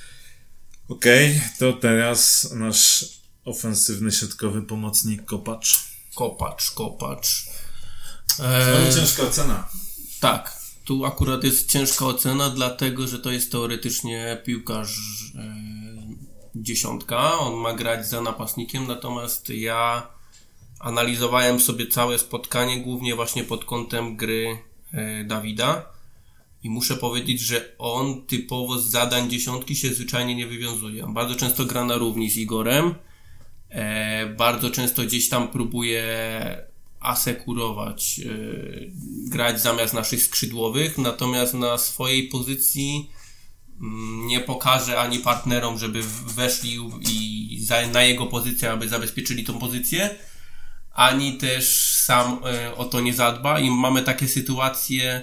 Okej, to teraz nasz ofensywny środkowy pomocnik Kopacz. Kopacz. Ciężka ocena. Tak, tu akurat jest ciężka ocena, dlatego, że to jest teoretycznie piłkarz dziesiątka, on ma grać za napastnikiem, natomiast ja analizowałem sobie całe spotkanie głównie właśnie pod kątem gry Dawida i muszę powiedzieć, że on typowo z zadań dziesiątki się zwyczajnie nie wywiązuje. On bardzo często gra na równi z Igorem, bardzo często gdzieś tam próbuje asekurować, grać zamiast naszych skrzydłowych, natomiast na swojej pozycji nie pokaże ani partnerom, żeby weszli i na jego pozycję, aby zabezpieczyli tą pozycję, ani też sam o to nie zadba i mamy takie sytuacje,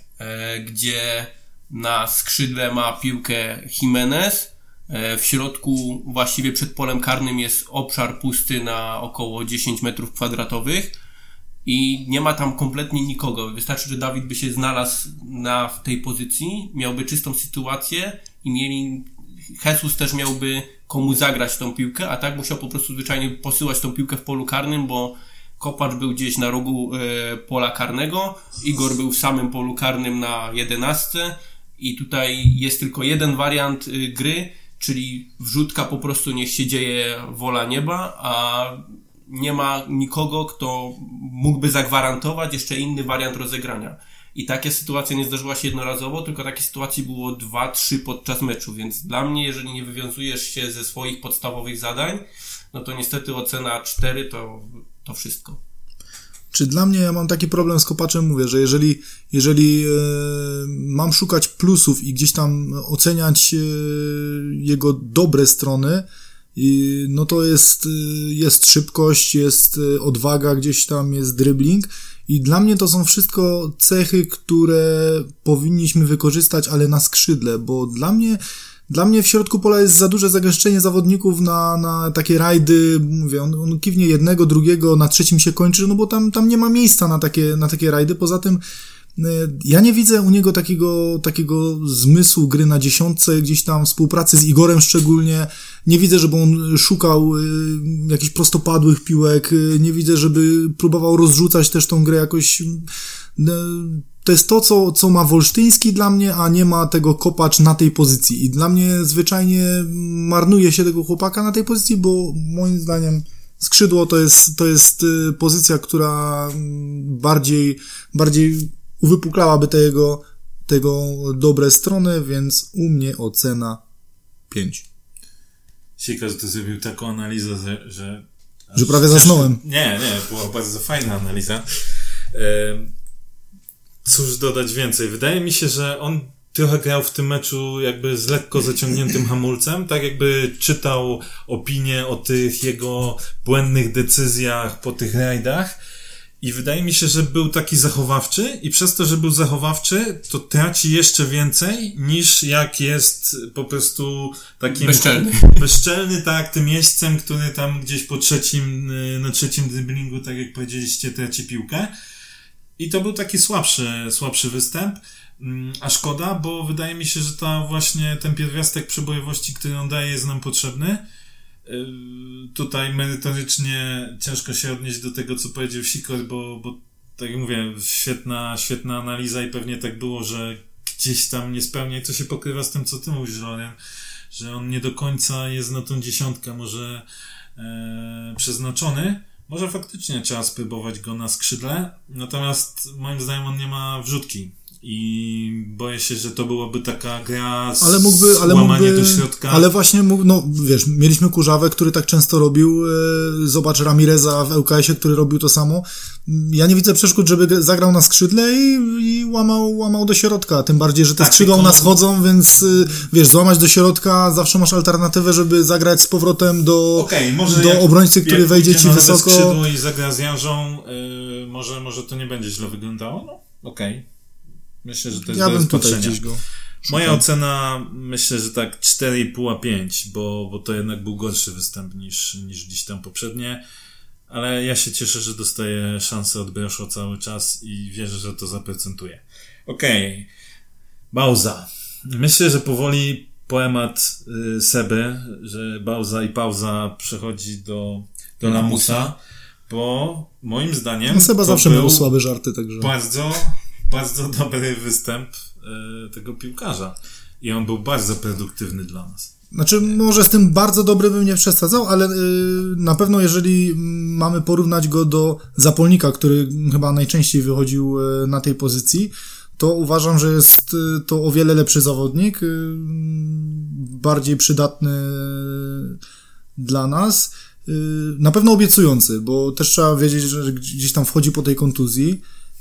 gdzie na skrzydle ma piłkę Jimenez, w środku właściwie przed polem karnym jest obszar pusty na około 10 metrów kwadratowych i nie ma tam kompletnie nikogo. Wystarczy, że Dawid by się znalazł w tej pozycji, miałby czystą sytuację i Jesus też miałby komu zagrać tą piłkę, a tak musiał po prostu zwyczajnie posyłać tą piłkę w polu karnym, bo Kopacz był gdzieś na rogu pola karnego, Igor był w samym polu karnym na 11 i tutaj jest tylko jeden wariant gry, czyli wrzutka po prostu niech się dzieje wola nieba, a nie ma nikogo, kto mógłby zagwarantować jeszcze inny wariant rozegrania. I takie sytuacje nie zdarzyła się jednorazowo, tylko takie sytuacje było 2-3 podczas meczu, więc dla mnie, jeżeli nie wywiązujesz się ze swoich podstawowych zadań, to niestety ocena 4 to wszystko. Czy dla mnie, ja mam taki problem z Kopaczem, mówię, że jeżeli mam szukać plusów i gdzieś tam oceniać jego dobre strony, to jest szybkość, jest odwaga, gdzieś tam jest dribbling i dla mnie to są wszystko cechy, które powinniśmy wykorzystać, ale na skrzydle, bo dla Dla mnie w środku pola jest za duże zagęszczenie zawodników na takie rajdy, mówię, on kiwnie jednego, drugiego, na trzecim się kończy, no bo tam nie ma miejsca na takie rajdy. Poza tym ja nie widzę u niego takiego zmysłu gry na dziesiątce, gdzieś tam współpracy z Igorem szczególnie. Nie widzę, żeby on szukał jakichś prostopadłych piłek, nie widzę, żeby próbował rozrzucać też tą grę jakoś. To jest to, co ma Wolsztyński dla mnie, a nie ma tego Kopacz na tej pozycji. I dla mnie zwyczajnie marnuje się tego chłopaka na tej pozycji, bo moim zdaniem skrzydło to jest pozycja, która bardziej uwypuklałaby tego dobre strony, więc u mnie ocena 5. Sikas to zrobił taką analizę, że prawie zasnąłem. Nie, była bardzo fajna analiza. Cóż dodać więcej? Wydaje mi się, że on trochę grał w tym meczu jakby z lekko zaciągniętym hamulcem, tak jakby czytał opinie o tych jego błędnych decyzjach po tych rajdach i wydaje mi się, że był taki zachowawczy i przez to, że był zachowawczy, to traci jeszcze więcej niż jak jest po prostu takim bezczelny, tak, tym jeźdźcem, który tam gdzieś na trzecim driblingu, tak jak powiedzieliście, traci piłkę. I to był taki słabszy występ, a szkoda, bo wydaje mi się, że ten pierwiastek przebojowości, który on daje, jest nam potrzebny. Tutaj merytorycznie ciężko się odnieść do tego, co powiedział Sikor, bo tak jak mówię, świetna analiza i pewnie tak było, że gdzieś tam nie spełnia i to się pokrywa z tym, co ty mówisz, Lorian, że on nie do końca jest na tą dziesiątkę może przeznaczony. Może faktycznie trzeba spróbować go na skrzydle, natomiast moim zdaniem on nie ma wrzutki i boję się, że to byłaby taka gra łamanie do środka. Ale właśnie, wiesz, mieliśmy Kurzawę, który tak często robił, zobacz Ramireza w ŁKS-ie, który robił to samo. Ja nie widzę przeszkód, żeby zagrał na skrzydle i łamał do środka, tym bardziej, że te skrzydła u nas chodzą, więc wiesz, złamać do środka, zawsze masz alternatywę, żeby zagrać z powrotem do obrońcy, który wejdzie ci wysoko. Skrzydło i zagra z Jarzą, może to nie będzie źle wyglądało, Myślę, że to jest do rozpatrzenia. Moja ocena, myślę, że tak 4,5 a 5, bo to jednak był gorszy występ niż gdzieś tam poprzednie, ale ja się cieszę, że dostaję szansę od Broszo cały czas i wierzę, że to zaprocentuje. Bauza. Myślę, że powoli poemat Seby, że Bauza i pauza przechodzi do Lamusa, bo moim zdaniem Seba zawsze miał słabe żarty, także bardzo dobry występ tego piłkarza. I on był bardzo produktywny dla nas. Znaczy, może z tym bardzo dobry bym nie przesadzał, ale na pewno jeżeli mamy porównać go do Zapolnika, który chyba najczęściej wychodził na tej pozycji, to uważam, że jest to o wiele lepszy zawodnik, bardziej przydatny dla nas, na pewno obiecujący, bo też trzeba wiedzieć, że gdzieś tam wchodzi po tej kontuzji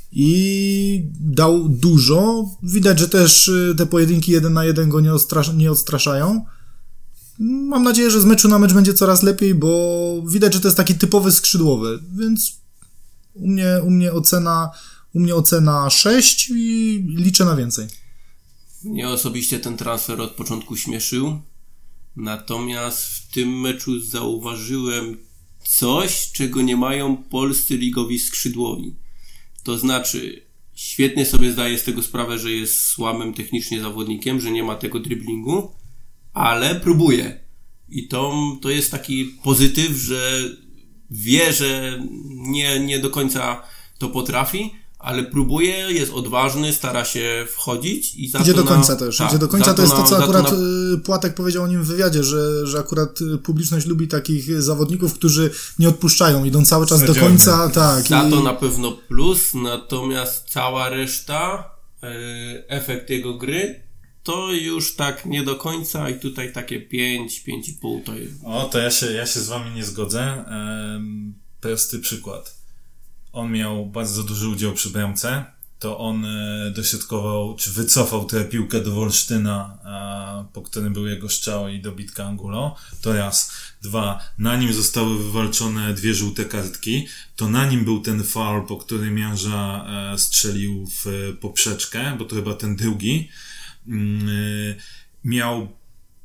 i dał dużo. Widać, że też te pojedynki 1 na 1 go nie odstraszają. Mam nadzieję, że z meczu na mecz będzie coraz lepiej, bo widać, że to jest taki typowy skrzydłowy, więc u mnie ocena 6 i liczę na więcej. Mnie osobiście ten transfer od początku śmieszył, natomiast w tym meczu zauważyłem coś, czego nie mają polscy ligowi skrzydłowi. To znaczy, świetnie sobie zdaje z tego sprawę, że jest słabym technicznie zawodnikiem, że nie ma tego driblingu, ale próbuje. I to jest taki pozytyw, że wie, że nie do końca to potrafi, ale próbuje, jest odważny, stara się wchodzić i idzie do końca też. Idzie do końca, to jest to, co akurat Płatek powiedział o nim w wywiadzie, że akurat publiczność lubi takich zawodników, którzy nie odpuszczają, idą cały czas do końca. Tak. Za to na pewno plus, natomiast cała reszta, efekt jego gry, to już tak nie do końca i tutaj takie 5,5 to jest. To ja się z wami nie zgodzę. Prosty przykład. On miał bardzo duży udział przy bramce, to on dośrodkował, czy wycofał tę piłkę do Wolsztyna, po którym był jego strzał i dobitka Angulo, to raz. 2, na nim zostały wywalczone 2 żółte kartki, to na nim był ten foul, po którym Janża strzelił w poprzeczkę, bo to chyba ten drugi. Miał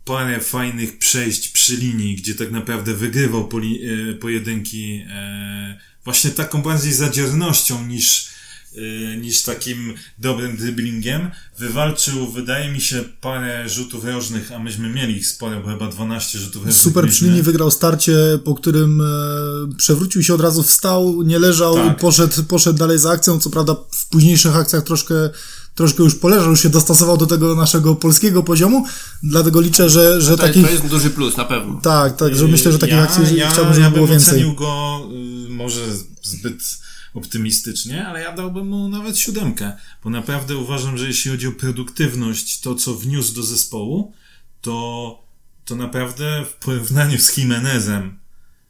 parę fajnych przejść przy linii, gdzie tak naprawdę wygrywał pojedynki właśnie taką bardziej zadziornością niż takim dobrym dribblingiem. Wywalczył, wydaje mi się, parę rzutów rożnych, a myśmy mieli ich sporo, bo chyba 12 rzutów rożnych. Super przy linii wygrał starcie, po którym przewrócił się, od razu wstał, nie leżał, tak. poszedł dalej za akcją. Co prawda w późniejszych akcjach troszkę już poleżał, już się dostosował do tego naszego polskiego poziomu, dlatego liczę, że takich... To jest duży plus, na pewno. Tak, że myślę, że takich akcji chciałbym, żeby było więcej. Ja bym ocenił go może zbyt optymistycznie, ale ja dałbym mu nawet 7, bo naprawdę uważam, że jeśli chodzi o produktywność, to co wniósł do zespołu, to naprawdę w porównaniu z Jimenezem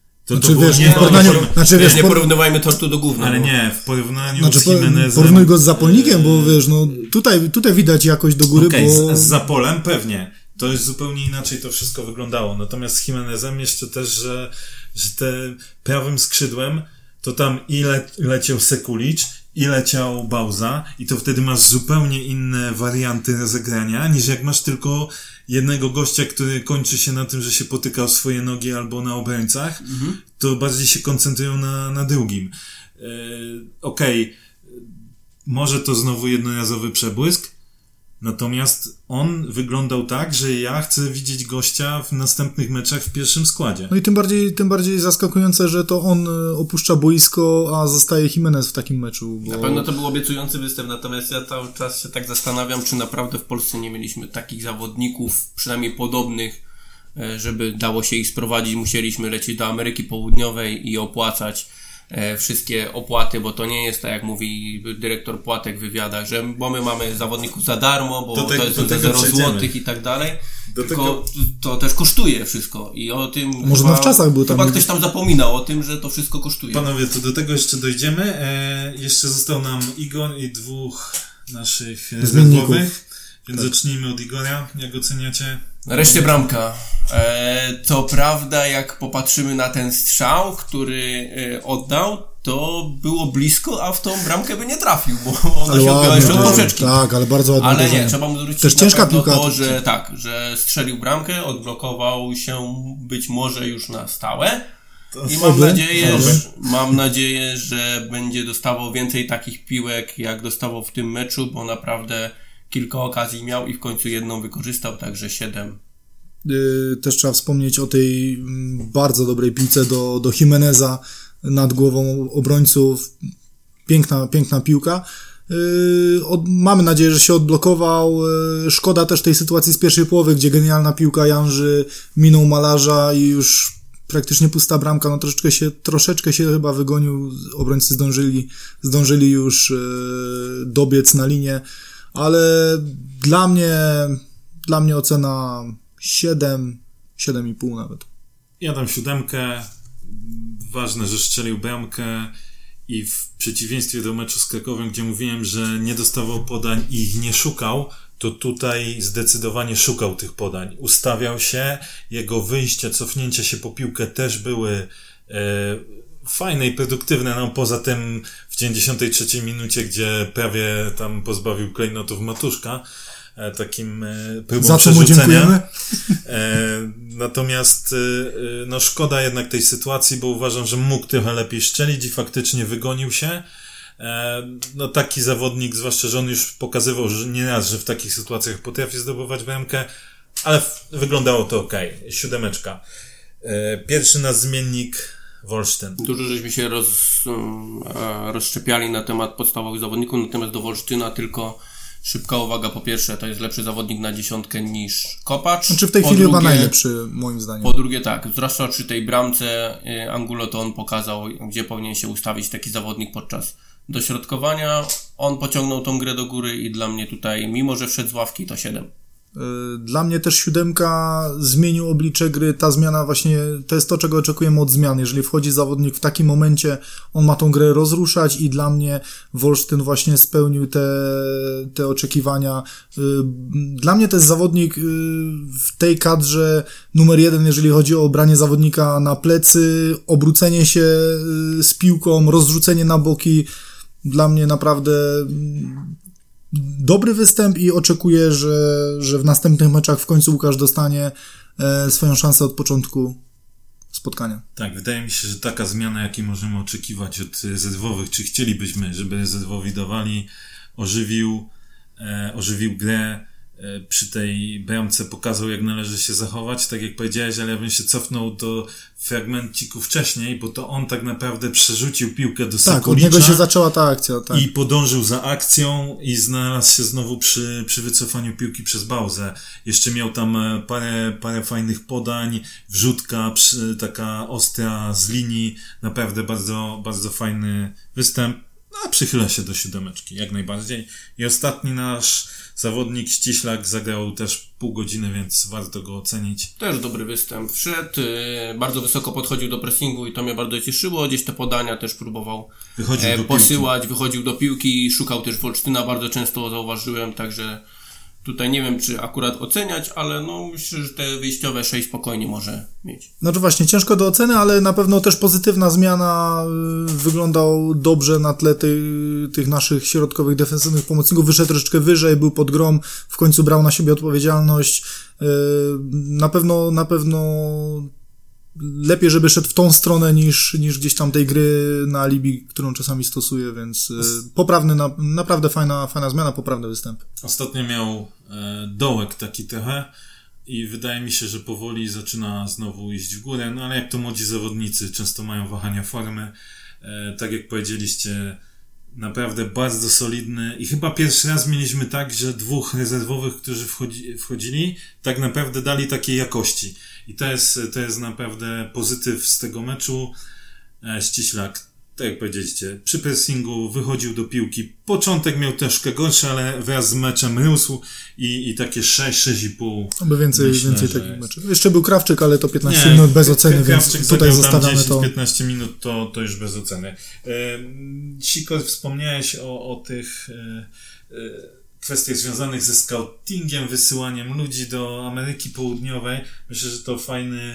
nie porównywajmy tortu do gówna. Ale nie, w porównaniu z Jimenezem... Porównuj go z Zapolnikiem, bo wiesz, tutaj widać jakoś do góry, bo... z Zapolem pewnie. To już zupełnie inaczej to wszystko wyglądało. Natomiast z Jimenezem jeszcze też, że te prawym skrzydłem to tam i leciał Sekulic, i leciał Bauza, i to wtedy masz zupełnie inne warianty rozegrania, niż jak masz tylko jednego gościa, który kończy się na tym, że się potyka o swoje nogi albo na obrońcach, to bardziej się koncentrują na drugim. Może to znowu jednorazowy przebłysk, natomiast on wyglądał tak, że ja chcę widzieć gościa w następnych meczach w pierwszym składzie. No i tym bardziej zaskakujące, że to on opuszcza boisko, a zostaje Jimenez w takim meczu. Bo... Na pewno to był obiecujący występ, natomiast ja cały czas się tak zastanawiam, czy naprawdę w Polsce nie mieliśmy takich zawodników, przynajmniej podobnych, żeby dało się ich sprowadzić. Musieliśmy lecieć do Ameryki Południowej i opłacać wszystkie opłaty, bo to nie jest tak, jak mówi dyrektor płatek w wywiadach, że bo my mamy zawodników za darmo, bo to jest za 0 złotych i tak dalej. Tylko to też kosztuje wszystko i o tym może na wczasach był tam. Chyba ktoś tam zapominał o tym, że to wszystko kosztuje. Panowie, to do tego jeszcze dojdziemy. Jeszcze został nam Igor i 2 naszych rezerwowych. Więc zacznijmy od Igora. Jak oceniacie? Nareszcie bramka. Co prawda, jak popatrzymy na ten strzał, który oddał, to było blisko, a w tą bramkę by nie trafił, bo ona się odbyła jeszcze od poprzeczki. Tak, ale bardzo ładnie. Ale nie, trzeba mu zwrócić też ciężka piłka. To, że strzelił bramkę, odblokował się być może już na stałe. I mam nadzieję, że będzie dostawał więcej takich piłek, jak dostawał w tym meczu, bo naprawdę kilka okazji miał i w końcu jedną wykorzystał, także 7. Też trzeba wspomnieć o tej bardzo dobrej piłce do Jimeneza nad głową obrońców. Piękna piłka. Mamy nadzieję, że się odblokował. Szkoda też tej sytuacji z pierwszej połowy, gdzie genialna piłka Janży minął malarza i już praktycznie pusta bramka. No troszeczkę się chyba wygonił. Obrońcy zdążyli już dobiec na linię. Ale dla mnie ocena 7,5 nawet. Ja dam 7. Ważne, że strzelił bramkę i w przeciwieństwie do meczu z Krakowem, gdzie mówiłem, że nie dostawał podań i ich nie szukał, to tutaj zdecydowanie szukał tych podań. Ustawiał się, jego wyjścia, cofnięcia się po piłkę też były fajne i produktywne, no poza tym w 93 minucie, gdzie prawie tam pozbawił klejnotów Matuszka, takim próbą przerzucenia. Natomiast no szkoda jednak tej sytuacji, bo uważam, że mógł trochę lepiej strzelić i faktycznie wygonił się. No taki zawodnik, zwłaszcza, że on już pokazywał, że nieraz, że w takich sytuacjach potrafi zdobywać bramkę, ale wyglądało to okej. 7. Pierwszy nasz zmiennik Wolsztyn. Dużo żeśmy się rozszczepiali na temat podstawowych zawodników, natomiast do Wolsztyna tylko szybka uwaga. Po pierwsze, to jest lepszy zawodnik na 10 niż Kopacz. Znaczy w tej chwili chyba najlepszy, moim zdaniem. Po drugie tak, zwłaszcza przy tej bramce Angulo, to on pokazał, gdzie powinien się ustawić taki zawodnik podczas dośrodkowania. On pociągnął tą grę do góry i dla mnie tutaj, mimo że wszedł z ławki, to 7. Dla mnie też 7 zmienił oblicze gry. Ta zmiana właśnie, to jest to, czego oczekujemy od zmian. Jeżeli wchodzi zawodnik w takim momencie, on ma tą grę rozruszać i dla mnie Wolsztyn właśnie spełnił te oczekiwania. Dla mnie to jest zawodnik w tej kadrze numer 1, jeżeli chodzi o branie zawodnika na plecy, obrócenie się z piłką, rozrzucenie na boki. Dla mnie naprawdę dobry występ i oczekuję, że w następnych meczach w końcu Łukasz dostanie swoją szansę od początku spotkania. Tak, wydaje mi się, że taka zmiana, jakiej możemy oczekiwać od ZW-owych, czy chcielibyśmy, żeby ZW-owi dawali, ożywił grę, przy tej bramce pokazał, jak należy się zachować, tak jak powiedziałeś, ale ja bym się cofnął do fragmenciku wcześniej, bo to on tak naprawdę przerzucił piłkę do Sekulicza. Tak, od niego się zaczęła ta akcja. Tak. I podążył za akcją i znalazł się znowu przy wycofaniu piłki przez Bauzę. Jeszcze miał tam parę fajnych podań, wrzutka taka ostra z linii, naprawdę bardzo, bardzo fajny występ. A przychyla się do 7, jak najbardziej. I ostatni nasz zawodnik Ściślak zagrał też pół godziny, więc warto go ocenić. Też dobry występ. Wszedł, bardzo wysoko podchodził do pressingu i to mnie bardzo cieszyło. Gdzieś te podania też próbował posyłać, wychodził do piłki, szukał też Wolsztyna, bardzo często zauważyłem, także tutaj nie wiem, czy akurat oceniać, ale no myślę, że te wyjściowe 6 spokojnie może mieć. Znaczy właśnie, ciężko do oceny, ale na pewno też pozytywna zmiana, wyglądał dobrze na tle tych naszych środkowych, defensywnych pomocników, wyszedł troszeczkę wyżej, był pod grom, w końcu brał na siebie odpowiedzialność. Na pewno lepiej, żeby szedł w tą stronę niż gdzieś tam tej gry na alibi, którą czasami stosuje, więc poprawny, naprawdę fajna zmiana, poprawny występ. Ostatnio miał dołek taki trochę i wydaje mi się, że powoli zaczyna znowu iść w górę, no ale jak to młodzi zawodnicy często mają wahania formy, tak jak powiedzieliście, naprawdę bardzo solidny i chyba pierwszy raz mieliśmy tak, że 2 rezerwowych, którzy wchodzili, tak naprawdę dali takiej jakości. I to jest naprawdę pozytyw z tego meczu. Ściślak, tak jak powiedzieliście, przy pressingu wychodził do piłki. Początek miał troszkę gorszy, ale wraz z meczem rósł i takie 6,5. Oby więcej takich meczów. Jeszcze był Krawczyk, ale to 15 minut bez oceny, więc tutaj zostawiamy to. 15 minut to już bez oceny. Sikor, wspomniałeś o tych kwestiach związanych ze scoutingiem, wysyłaniem ludzi do Ameryki Południowej. Myślę, że to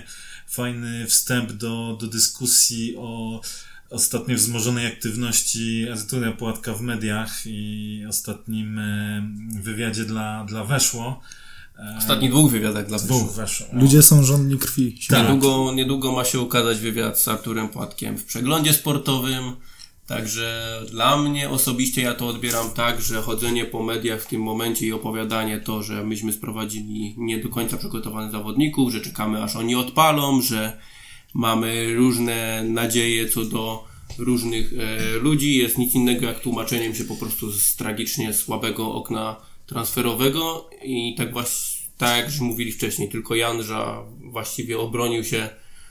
fajny wstęp do dyskusji o ostatnio wzmożonej aktywności Artura Płatka w mediach i ostatnim wywiadzie dla Weszło. Ostatnich 2 wywiadach dla Weszło. Ludzie są żądni krwi. Tak. Niedługo ma się ukazać wywiad z Arturem Płatkiem w przeglądzie sportowym. Także dla mnie osobiście ja to odbieram tak, że chodzenie po mediach w tym momencie i opowiadanie to, że myśmy sprowadzili nie do końca przygotowanych zawodników, że czekamy aż oni odpalą, że mamy różne nadzieje co do różnych ludzi, jest nic innego jak tłumaczeniem się po prostu z tragicznie słabego okna transferowego i tak jak już mówili wcześniej, tylko Janża właściwie obronił się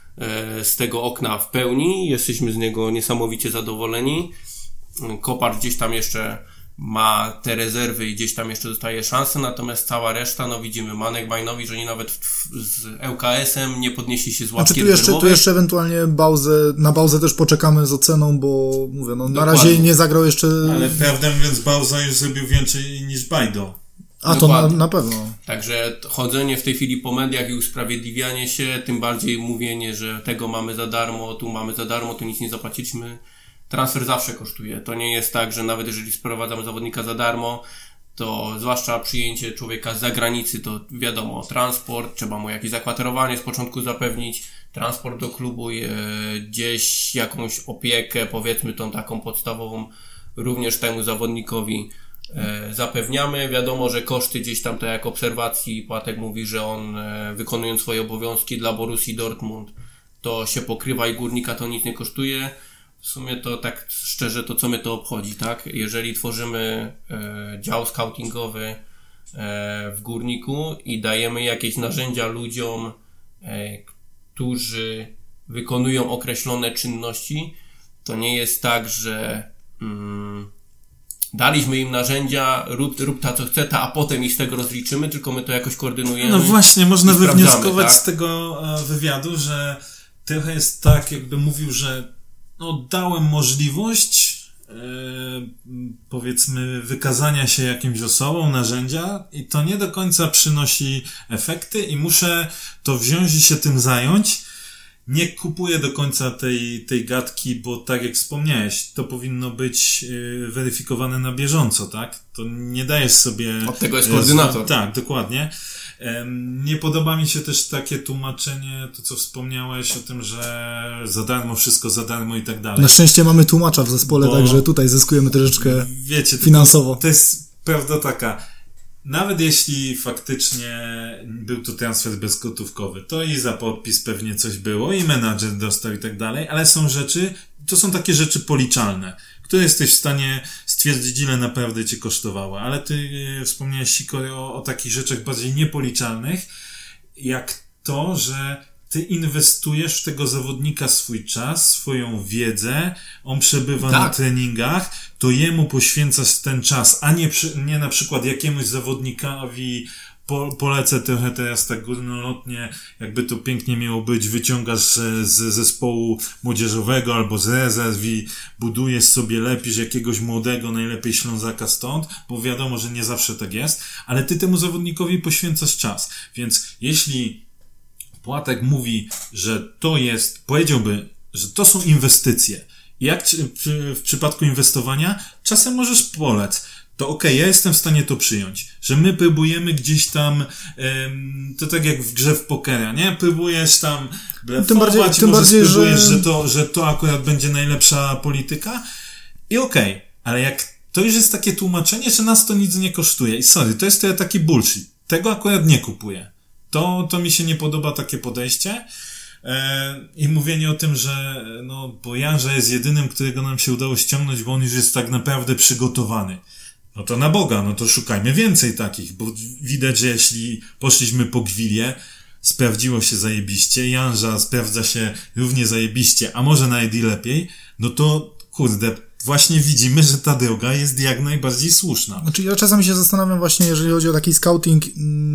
z tego okna w pełni, jesteśmy z niego niesamowicie zadowoleni. Kopacz gdzieś tam jeszcze ma te rezerwy i gdzieś tam jeszcze dostaje szansę, natomiast cała reszta, no widzimy, Manek, Wajnowicz, oni nawet z ŁKS-em nie podnieśli się z ławki rezerwowej. Tu jeszcze ewentualnie na Bauzę też poczekamy z oceną, bo mówię, no na razie nie zagrał jeszcze... Ale prawdę mówiąc, Bauza już zrobił więcej niż Bajdo. A to na pewno. Także chodzenie w tej chwili po mediach i usprawiedliwianie się, tym bardziej mówienie, że tego mamy za darmo, tu mamy za darmo, tu nic nie zapłaciliśmy. Transfer zawsze kosztuje. To nie jest tak, że nawet jeżeli sprowadzamy zawodnika za darmo, to zwłaszcza przyjęcie człowieka z zagranicy, to wiadomo, transport, trzeba mu jakieś zakwaterowanie z początku zapewnić, transport do klubu, gdzieś jakąś opiekę, powiedzmy tą taką podstawową, również temu zawodnikowi zapewniamy. Wiadomo, że koszty gdzieś tam, tak jak obserwacji, Płatek mówi, że on wykonując swoje obowiązki dla Borussii Dortmund, to się pokrywa i Górnika to nic nie kosztuje. W sumie to tak szczerze, to co mnie to obchodzi, tak? Jeżeli tworzymy dział scoutingowy w Górniku i dajemy jakieś narzędzia ludziom, którzy wykonują określone czynności, to nie jest tak, że daliśmy im narzędzia, rób ta co chce, a potem ich z tego rozliczymy, tylko my to jakoś koordynujemy. No właśnie, można wywnioskować tak? z tego wywiadu, że trochę jest tak, jakby mówił, że dałem możliwość powiedzmy wykazania się jakimś osobą, narzędzia i to nie do końca przynosi efekty i muszę to wziąć i się tym zająć. nie kupuję do końca tej gadki, bo tak jak wspomniałeś, to powinno być weryfikowane na bieżąco, tak? To nie dajesz sobie... Od tego jest koordynator. Tak, dokładnie. Nie podoba mi się też takie tłumaczenie, to co wspomniałeś o tym, że za darmo, wszystko za darmo i tak dalej. Na szczęście mamy tłumacza w zespole, także tutaj zyskujemy troszeczkę finansowo. To jest prawda taka, nawet jeśli faktycznie był to transfer bezgotówkowy, to i za podpis pewnie coś było, i menadżer dostał i tak dalej, ale to są takie rzeczy policzalne, które jesteś w stanie stwierdzić, ile naprawdę cię kosztowało. Ale ty wspomniałeś, Sikory, o takich rzeczach bardziej niepoliczalnych, jak to, że ty inwestujesz w tego zawodnika swój czas, swoją wiedzę, on przebywa na treningach, to jemu poświęcasz ten czas, a nie na przykład jakiemuś zawodnikowi polecę trochę teraz tak górnolotnie, jakby to pięknie miało być, wyciągasz z zespołu młodzieżowego albo z rezerw i budujesz sobie, lepisz jakiegoś młodego, najlepiej Ślązaka stąd, bo wiadomo, że nie zawsze tak jest, ale ty temu zawodnikowi poświęcasz czas. Więc jeśli Płatek mówi, że to jest, powiedziałby, że to są inwestycje, jak w przypadku inwestowania, czasem możesz polec. To okej, ja jestem w stanie to przyjąć, że my próbujemy gdzieś tam, to tak jak w grze w pokera, nie? Próbujesz tam blefować, tym bardziej, że to akurat będzie najlepsza polityka i okej, ale jak to już jest takie tłumaczenie, że nas to nic nie kosztuje i sorry, to jest trochę taki bullshit, tego akurat nie kupuję. To mi się nie podoba takie podejście. I mówienie o tym, że bo Janża jest jedynym, którego nam się udało ściągnąć, bo on już jest tak naprawdę przygotowany. No to na Boga, no to szukajmy więcej takich, bo widać, że jeśli poszliśmy po Gwilię, sprawdziło się zajebiście, Janża sprawdza się równie zajebiście, a może nawet i lepiej, no to kurde, właśnie widzimy, że ta droga jest jak najbardziej słuszna. Znaczy ja czasami się zastanawiam właśnie, jeżeli chodzi o taki scouting,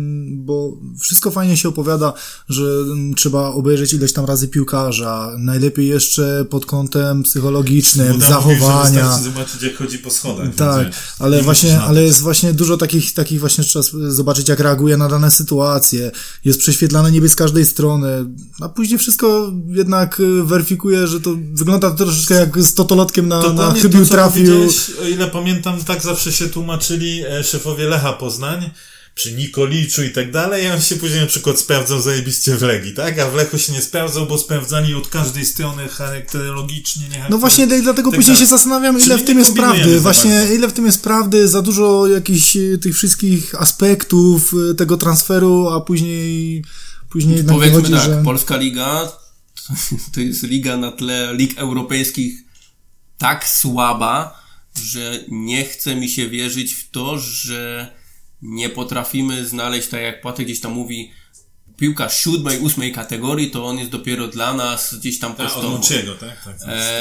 bo wszystko fajnie się opowiada, że trzeba obejrzeć ileś tam razy piłkarza, najlepiej jeszcze pod kątem psychologicznym, zachowania. Wystarczy zobaczyć, jak chodzi po schodach. Tak, ale jest właśnie dużo takich właśnie, trzeba zobaczyć, jak reaguje na dane sytuacje, jest prześwietlane niby z każdej strony, a później wszystko jednak weryfikuje, że to wygląda troszeczkę jak z totolotkiem na chybił trafił. O ile pamiętam, tak zawsze się tłumaczyli szefowie Lecha Poznań, przy Nikoliczu i tak dalej, a on się później na przykład sprawdzał zajebiście w Legii, tak? A w Lechu się nie sprawdzał, bo sprawdzali od każdej strony charakterologicznie. No właśnie, dlatego później się zastanawiam, ile w tym jest prawdy. Właśnie, ile w tym jest prawdy, za dużo jakichś tych wszystkich aspektów tego transferu, a później jednak powiedzmy wychodzi, tak, że... Polska Liga to jest liga na tle lig europejskich tak słaba, że nie chce mi się wierzyć w to, że nie potrafimy znaleźć, tak jak Płatek gdzieś tam mówi, piłkarz 7., 8. kategorii, to on jest dopiero dla nas gdzieś tam podstawowy. Tak?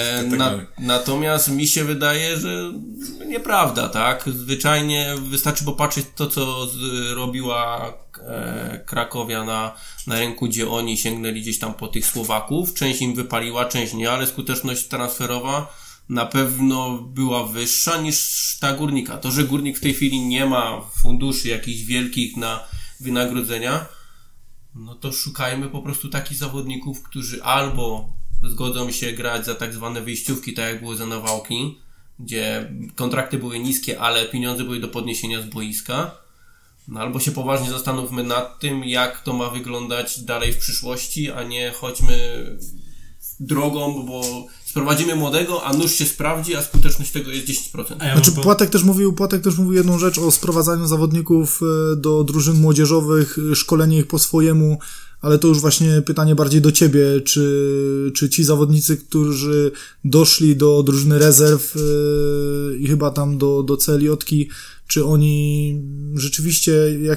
Natomiast mi się wydaje, że nieprawda, tak? Zwyczajnie wystarczy popatrzeć to, co robiła Krakowia na rynku, gdzie oni sięgnęli gdzieś tam po tych Słowaków. Część im wypaliła, część nie, ale skuteczność transferowa na pewno była wyższa niż ta Górnika. To, że Górnik w tej chwili nie ma funduszy jakichś wielkich na wynagrodzenia, no to szukajmy po prostu takich zawodników, którzy albo zgodzą się grać za tak zwane wyjściówki, tak jak było za Nawałki, gdzie kontrakty były niskie, ale pieniądze były do podniesienia z boiska, no albo się poważnie zastanówmy nad tym, jak to ma wyglądać dalej w przyszłości, a nie chodźmy drogą, bo sprowadzimy młodego, a nóż się sprawdzi, a skuteczność tego jest 10%. Znaczy Płatek też mówił jedną rzecz o sprowadzaniu zawodników do drużyn młodzieżowych, szkolenie ich po swojemu, ale to już właśnie pytanie bardziej do ciebie, czy ci zawodnicy, którzy doszli do drużyny rezerw i chyba tam do CLJ-ki, czy oni rzeczywiście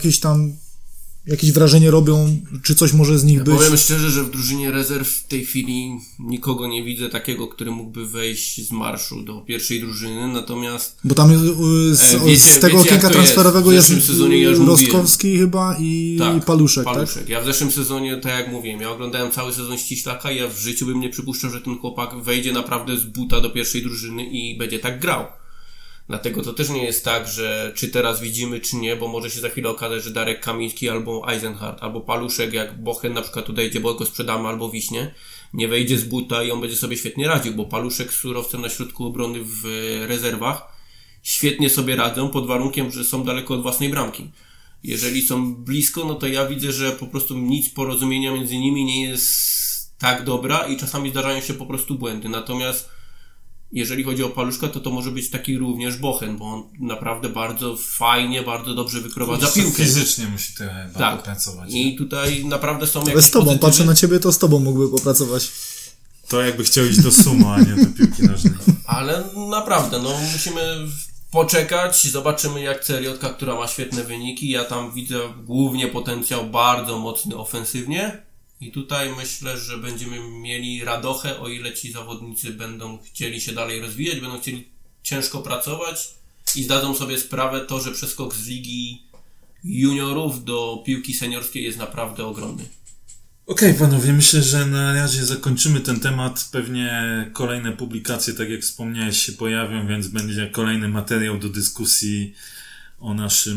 jakieś wrażenie robią, czy coś może z nich być? Powiem szczerze, że w drużynie rezerw w tej chwili nikogo nie widzę takiego, który mógłby wejść z marszu do pierwszej drużyny, natomiast... Bo tam z tego okienka transferowego jest Rostkowski chyba i Paluszek, tak? Ja w zeszłym sezonie, tak jak mówiłem, ja oglądałem cały sezon Ściślaka i ja w życiu bym nie przypuszczał, że ten chłopak wejdzie naprawdę z buta do pierwszej drużyny i będzie tak grał. Dlatego to też nie jest tak, że czy teraz widzimy, czy nie, bo może się za chwilę okazać, że Darek Kamiński albo Eisenhardt, albo Paluszek, jak Bochen na przykład odejdzie, bo go sprzedamy, albo Wiśnie, nie wejdzie z buta i on będzie sobie świetnie radził, bo Paluszek z Surowcem na środku obrony w rezerwach świetnie sobie radzą pod warunkiem, że są daleko od własnej bramki. Jeżeli są blisko, no to ja widzę, że po prostu nic porozumienia między nimi nie jest tak dobra i czasami zdarzają się po prostu błędy. Natomiast jeżeli chodzi o Paluszka, to może być taki również bochen, bo on naprawdę bardzo fajnie, bardzo dobrze wyprowadza piłkę. Fizycznie musi trochę popracować. I tutaj naprawdę są jakieś z tobą, patrzę na ciebie, to z tobą mógłby popracować. To jakby chciał iść do sumo, a nie do piłki nożnej. Ale naprawdę, musimy poczekać, zobaczymy jak Celiotka, która ma świetne wyniki. Ja tam widzę głównie potencjał bardzo mocny ofensywnie. I tutaj myślę, że będziemy mieli radochę, o ile ci zawodnicy będą chcieli się dalej rozwijać, będą chcieli ciężko pracować i zdadzą sobie sprawę to, że przeskok z ligi juniorów do piłki seniorskiej jest naprawdę ogromny. Okej, panowie, myślę, że na razie zakończymy ten temat. Pewnie kolejne publikacje, tak jak wspomniałeś, się pojawią, więc będzie kolejny materiał do dyskusji o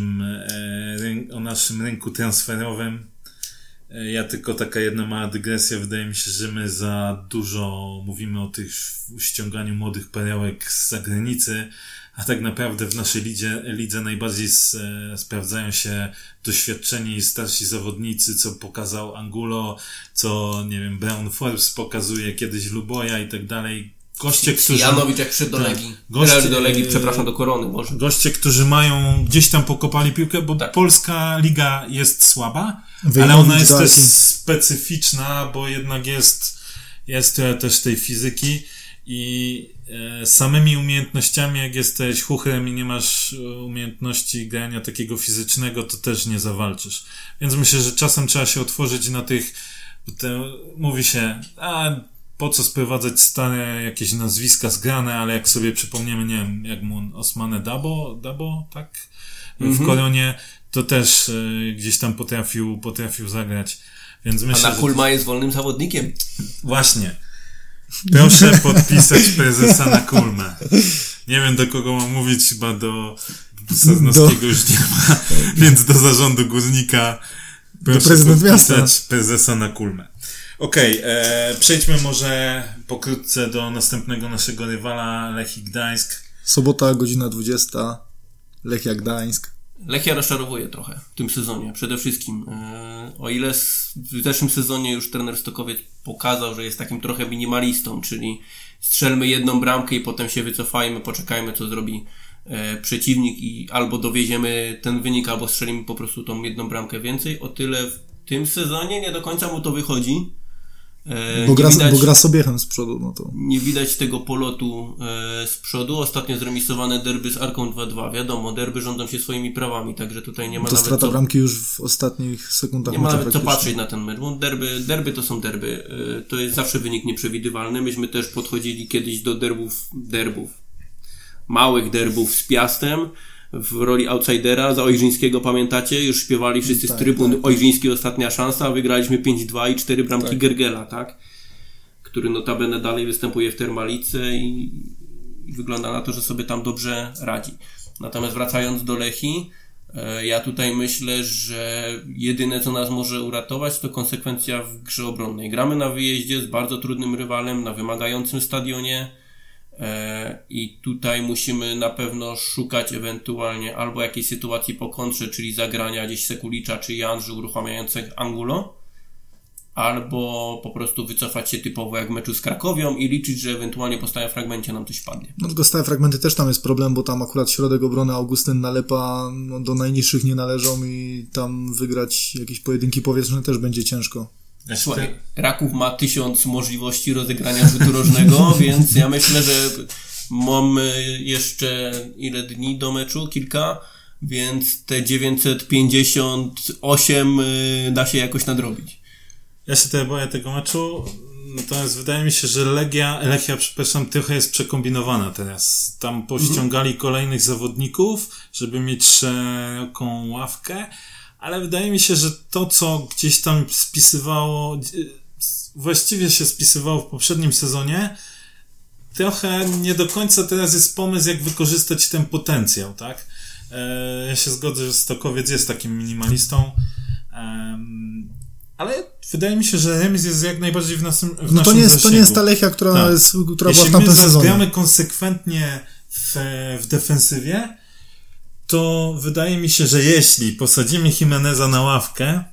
naszym rynku transferowym. Ja tylko taka jedna mała dygresja. Wydaje mi się, że my za dużo mówimy o tych ściąganiu młodych perełek z zagranicy, a tak naprawdę w naszej lidze najbardziej sprawdzają się doświadczeni starsi zawodnicy, co pokazał Angulo, co, nie wiem, Brown Forbes pokazuje, kiedyś Luboja i tak dalej. Goście, którzy... Janowicz jak przyszedł do Legii. Do Legii, przepraszam, do Korony może. Goście, którzy mają, gdzieś tam pokopali piłkę, bo polska liga jest słaba, ale ona jest też specyficzna, bo jednak jest też tej fizyki i samymi umiejętnościami, jak jesteś chuchrem i nie masz umiejętności grania takiego fizycznego, to też nie zawalczysz. Więc myślę, że czasem trzeba się otworzyć na tych, mówi się, po co sprowadzać stare jakieś nazwiska zgrane, ale jak sobie przypomniemy, nie wiem, jak mu Osmane Dabo, tak? W Koronie, to też gdzieś tam potrafił zagrać. Więc myślę, a Kulma jest wolnym zawodnikiem. Właśnie. Proszę podpisać prezesa na Kulmę. Nie wiem, do kogo mam mówić, chyba do Saznowskiego już nie ma, więc do zarządu Górnika proszę podpisać prezesa na Kulmę. Okej, przejdźmy może pokrótce do następnego naszego rywala, Lechii Gdańsk. Sobota, godzina 20, Lechia Gdańsk. Lechia rozczarowuje trochę w tym sezonie, przede wszystkim. O ile w zeszłym sezonie już trener Stokowiec pokazał, że jest takim trochę minimalistą, czyli strzelmy jedną bramkę i potem się wycofajmy, poczekajmy co zrobi przeciwnik i albo dowieziemy ten wynik, albo strzelimy po prostu tą jedną bramkę więcej. O tyle w tym sezonie nie do końca mu to wychodzi. Bo gra Sobiechem z przodu, no to... Nie widać tego polotu z przodu. Ostatnio zremisowane derby z Arką 2-2. Wiadomo, derby rządzą się swoimi prawami, także tutaj nie ma to nawet strata bramki już w ostatnich sekundach. Nie ma nawet co patrzeć na ten mecz, bo derby to są derby. To jest zawsze wynik nieprzewidywalny. Myśmy też podchodzili kiedyś do małych derbów z Piastem w roli outsidera, za Ojrzyńskiego pamiętacie? Już śpiewali wszyscy z trybun Ojrzyński ostatnia szansa, a wygraliśmy 5-2 i 4 bramki Gergela, tak? Który notabene dalej występuje w Termalice i wygląda na to, że sobie tam dobrze radzi. Natomiast wracając do Lechii, ja tutaj myślę, że jedyne co nas może uratować to konsekwencja w grze obronnej. Gramy na wyjeździe z bardzo trudnym rywalem, na wymagającym stadionie, i tutaj musimy na pewno szukać ewentualnie albo jakiejś sytuacji po kontrze, czyli zagrania gdzieś Sekulicza czy Janży uruchamiających Angulo, albo po prostu wycofać się typowo jak w meczu z Krakowią i liczyć, że ewentualnie po stałym fragmencie nam coś padnie. No tylko stałe fragmenty też tam jest problem, bo tam akurat środek obrony Augustyn Nalepa do najniższych nie należą i tam wygrać jakieś pojedynki powietrzne też będzie ciężko. Słuchaj, Raków ma 1000 możliwości rozegrania rzutu rożnego, więc ja myślę, że mamy jeszcze ile dni do meczu? Kilka, więc te 958 da się jakoś nadrobić. Ja się tutaj boję tego meczu, natomiast wydaje mi się, że Lechia, trochę jest przekombinowana teraz. Tam pościągali kolejnych zawodników, żeby mieć szeroką ławkę, ale wydaje mi się, że to, co gdzieś tam właściwie się spisywało w poprzednim sezonie, trochę nie do końca teraz jest pomysł, jak wykorzystać ten potencjał, tak? Ja się zgodzę, że Stokowiec jest takim minimalistą. ale wydaje mi się, że remis jest jak najbardziej w naszym No to nie jest ta Lechia, która była w tamtym sezonie. Jeśli my gramy konsekwentnie w defensywie, to wydaje mi się, że jeśli posadzimy Jimeneza na ławkę,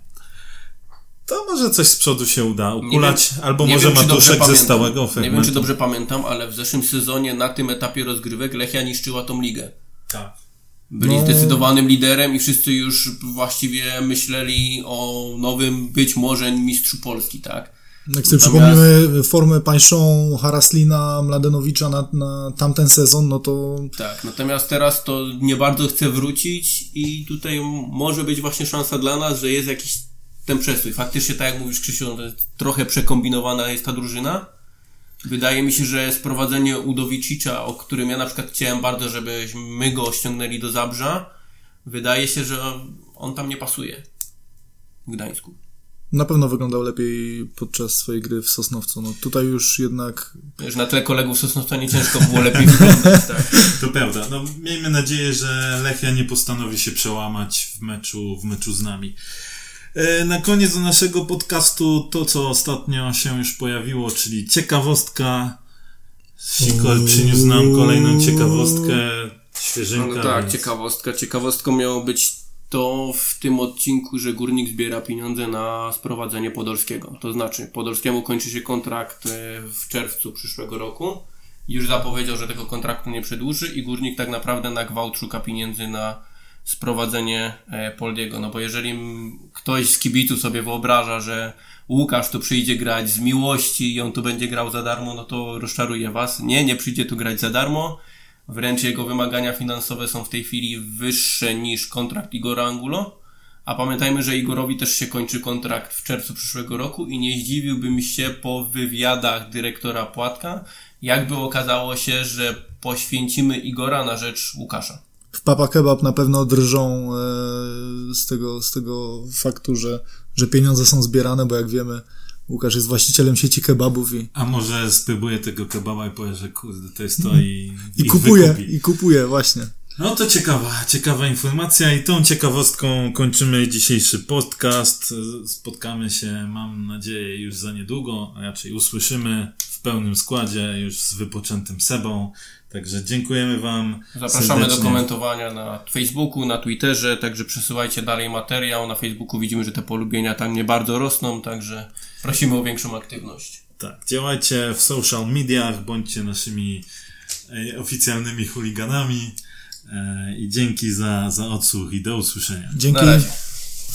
to może coś z przodu się uda ukulać, albo może Matuszek ze stałego fragmentu. Nie wiem, czy dobrze pamiętam, ale w zeszłym sezonie na tym etapie rozgrywek Lechia niszczyła tą ligę. Tak. Byli zdecydowanym liderem i wszyscy już właściwie myśleli o nowym, być może mistrzu Polski, tak? Jak sobie przypomnimy formę Pańszą, Haraslina, Mladenowicza na tamten sezon, no to... Tak, natomiast teraz to nie bardzo chce wrócić i tutaj może być właśnie szansa dla nas, że jest jakiś ten przestój. Faktycznie, tak jak mówisz, Krzysiu, trochę przekombinowana jest ta drużyna. Wydaje mi się, że sprowadzenie Udowicicza, o którym ja na przykład chciałem bardzo, żebyśmy go ściągnęli do Zabrza, wydaje się, że on tam nie pasuje w Gdańsku. Na pewno wyglądał lepiej podczas swojej gry w Sosnowcu. No tutaj już jednak... Już na tle kolegów Sosnowca nie ciężko było lepiej wyglądać, tak? To prawda. No, miejmy nadzieję, że Lechia nie postanowi się przełamać w meczu z nami. Na koniec do naszego podcastu to, co ostatnio się już pojawiło, czyli ciekawostka. Sikor przyniósł nam kolejną ciekawostkę. Świeżynka. No tak, więc... Ciekawostką miało być to w tym odcinku, że Górnik zbiera pieniądze na sprowadzenie Podolskiego. To znaczy, Podolskiemu kończy się kontrakt w czerwcu przyszłego roku. Już zapowiedział, że tego kontraktu nie przedłuży i Górnik tak naprawdę na gwałt szuka pieniędzy na sprowadzenie Poldiego. No bo jeżeli ktoś z kibiców sobie wyobraża, że Łukasz tu przyjdzie grać z miłości i on tu będzie grał za darmo, no to rozczaruję was. Nie przyjdzie tu grać za darmo. Wręcz jego wymagania finansowe są w tej chwili wyższe niż kontrakt Igora Angulo. A pamiętajmy, że Igorowi też się kończy kontrakt w czerwcu przyszłego roku i nie zdziwiłbym się po wywiadach dyrektora Płatka, jakby okazało się, że poświęcimy Igora na rzecz Łukasza. W Papa Kebab na pewno drżą z tego faktu, że pieniądze są zbierane, bo jak wiemy, Łukasz jest właścicielem sieci kebabów i... A może spróbuje tego kebaba i powie, że kurde, to jest to i kupuje, właśnie. No to ciekawa informacja i tą ciekawostką kończymy dzisiejszy podcast. Spotkamy się, mam nadzieję, już za niedługo, a raczej usłyszymy w pełnym składzie, już z wypoczętym Sebą. Także dziękujemy wam. Zapraszamy serdecznie do komentowania na Facebooku, na Twitterze, także przesyłajcie dalej materiał. Na Facebooku widzimy, że te polubienia tam nie bardzo rosną, także prosimy o większą aktywność. Tak, działajcie w social mediach, bądźcie naszymi oficjalnymi chuliganami i dzięki za odsłuch i do usłyszenia. Dzięki. Na razie.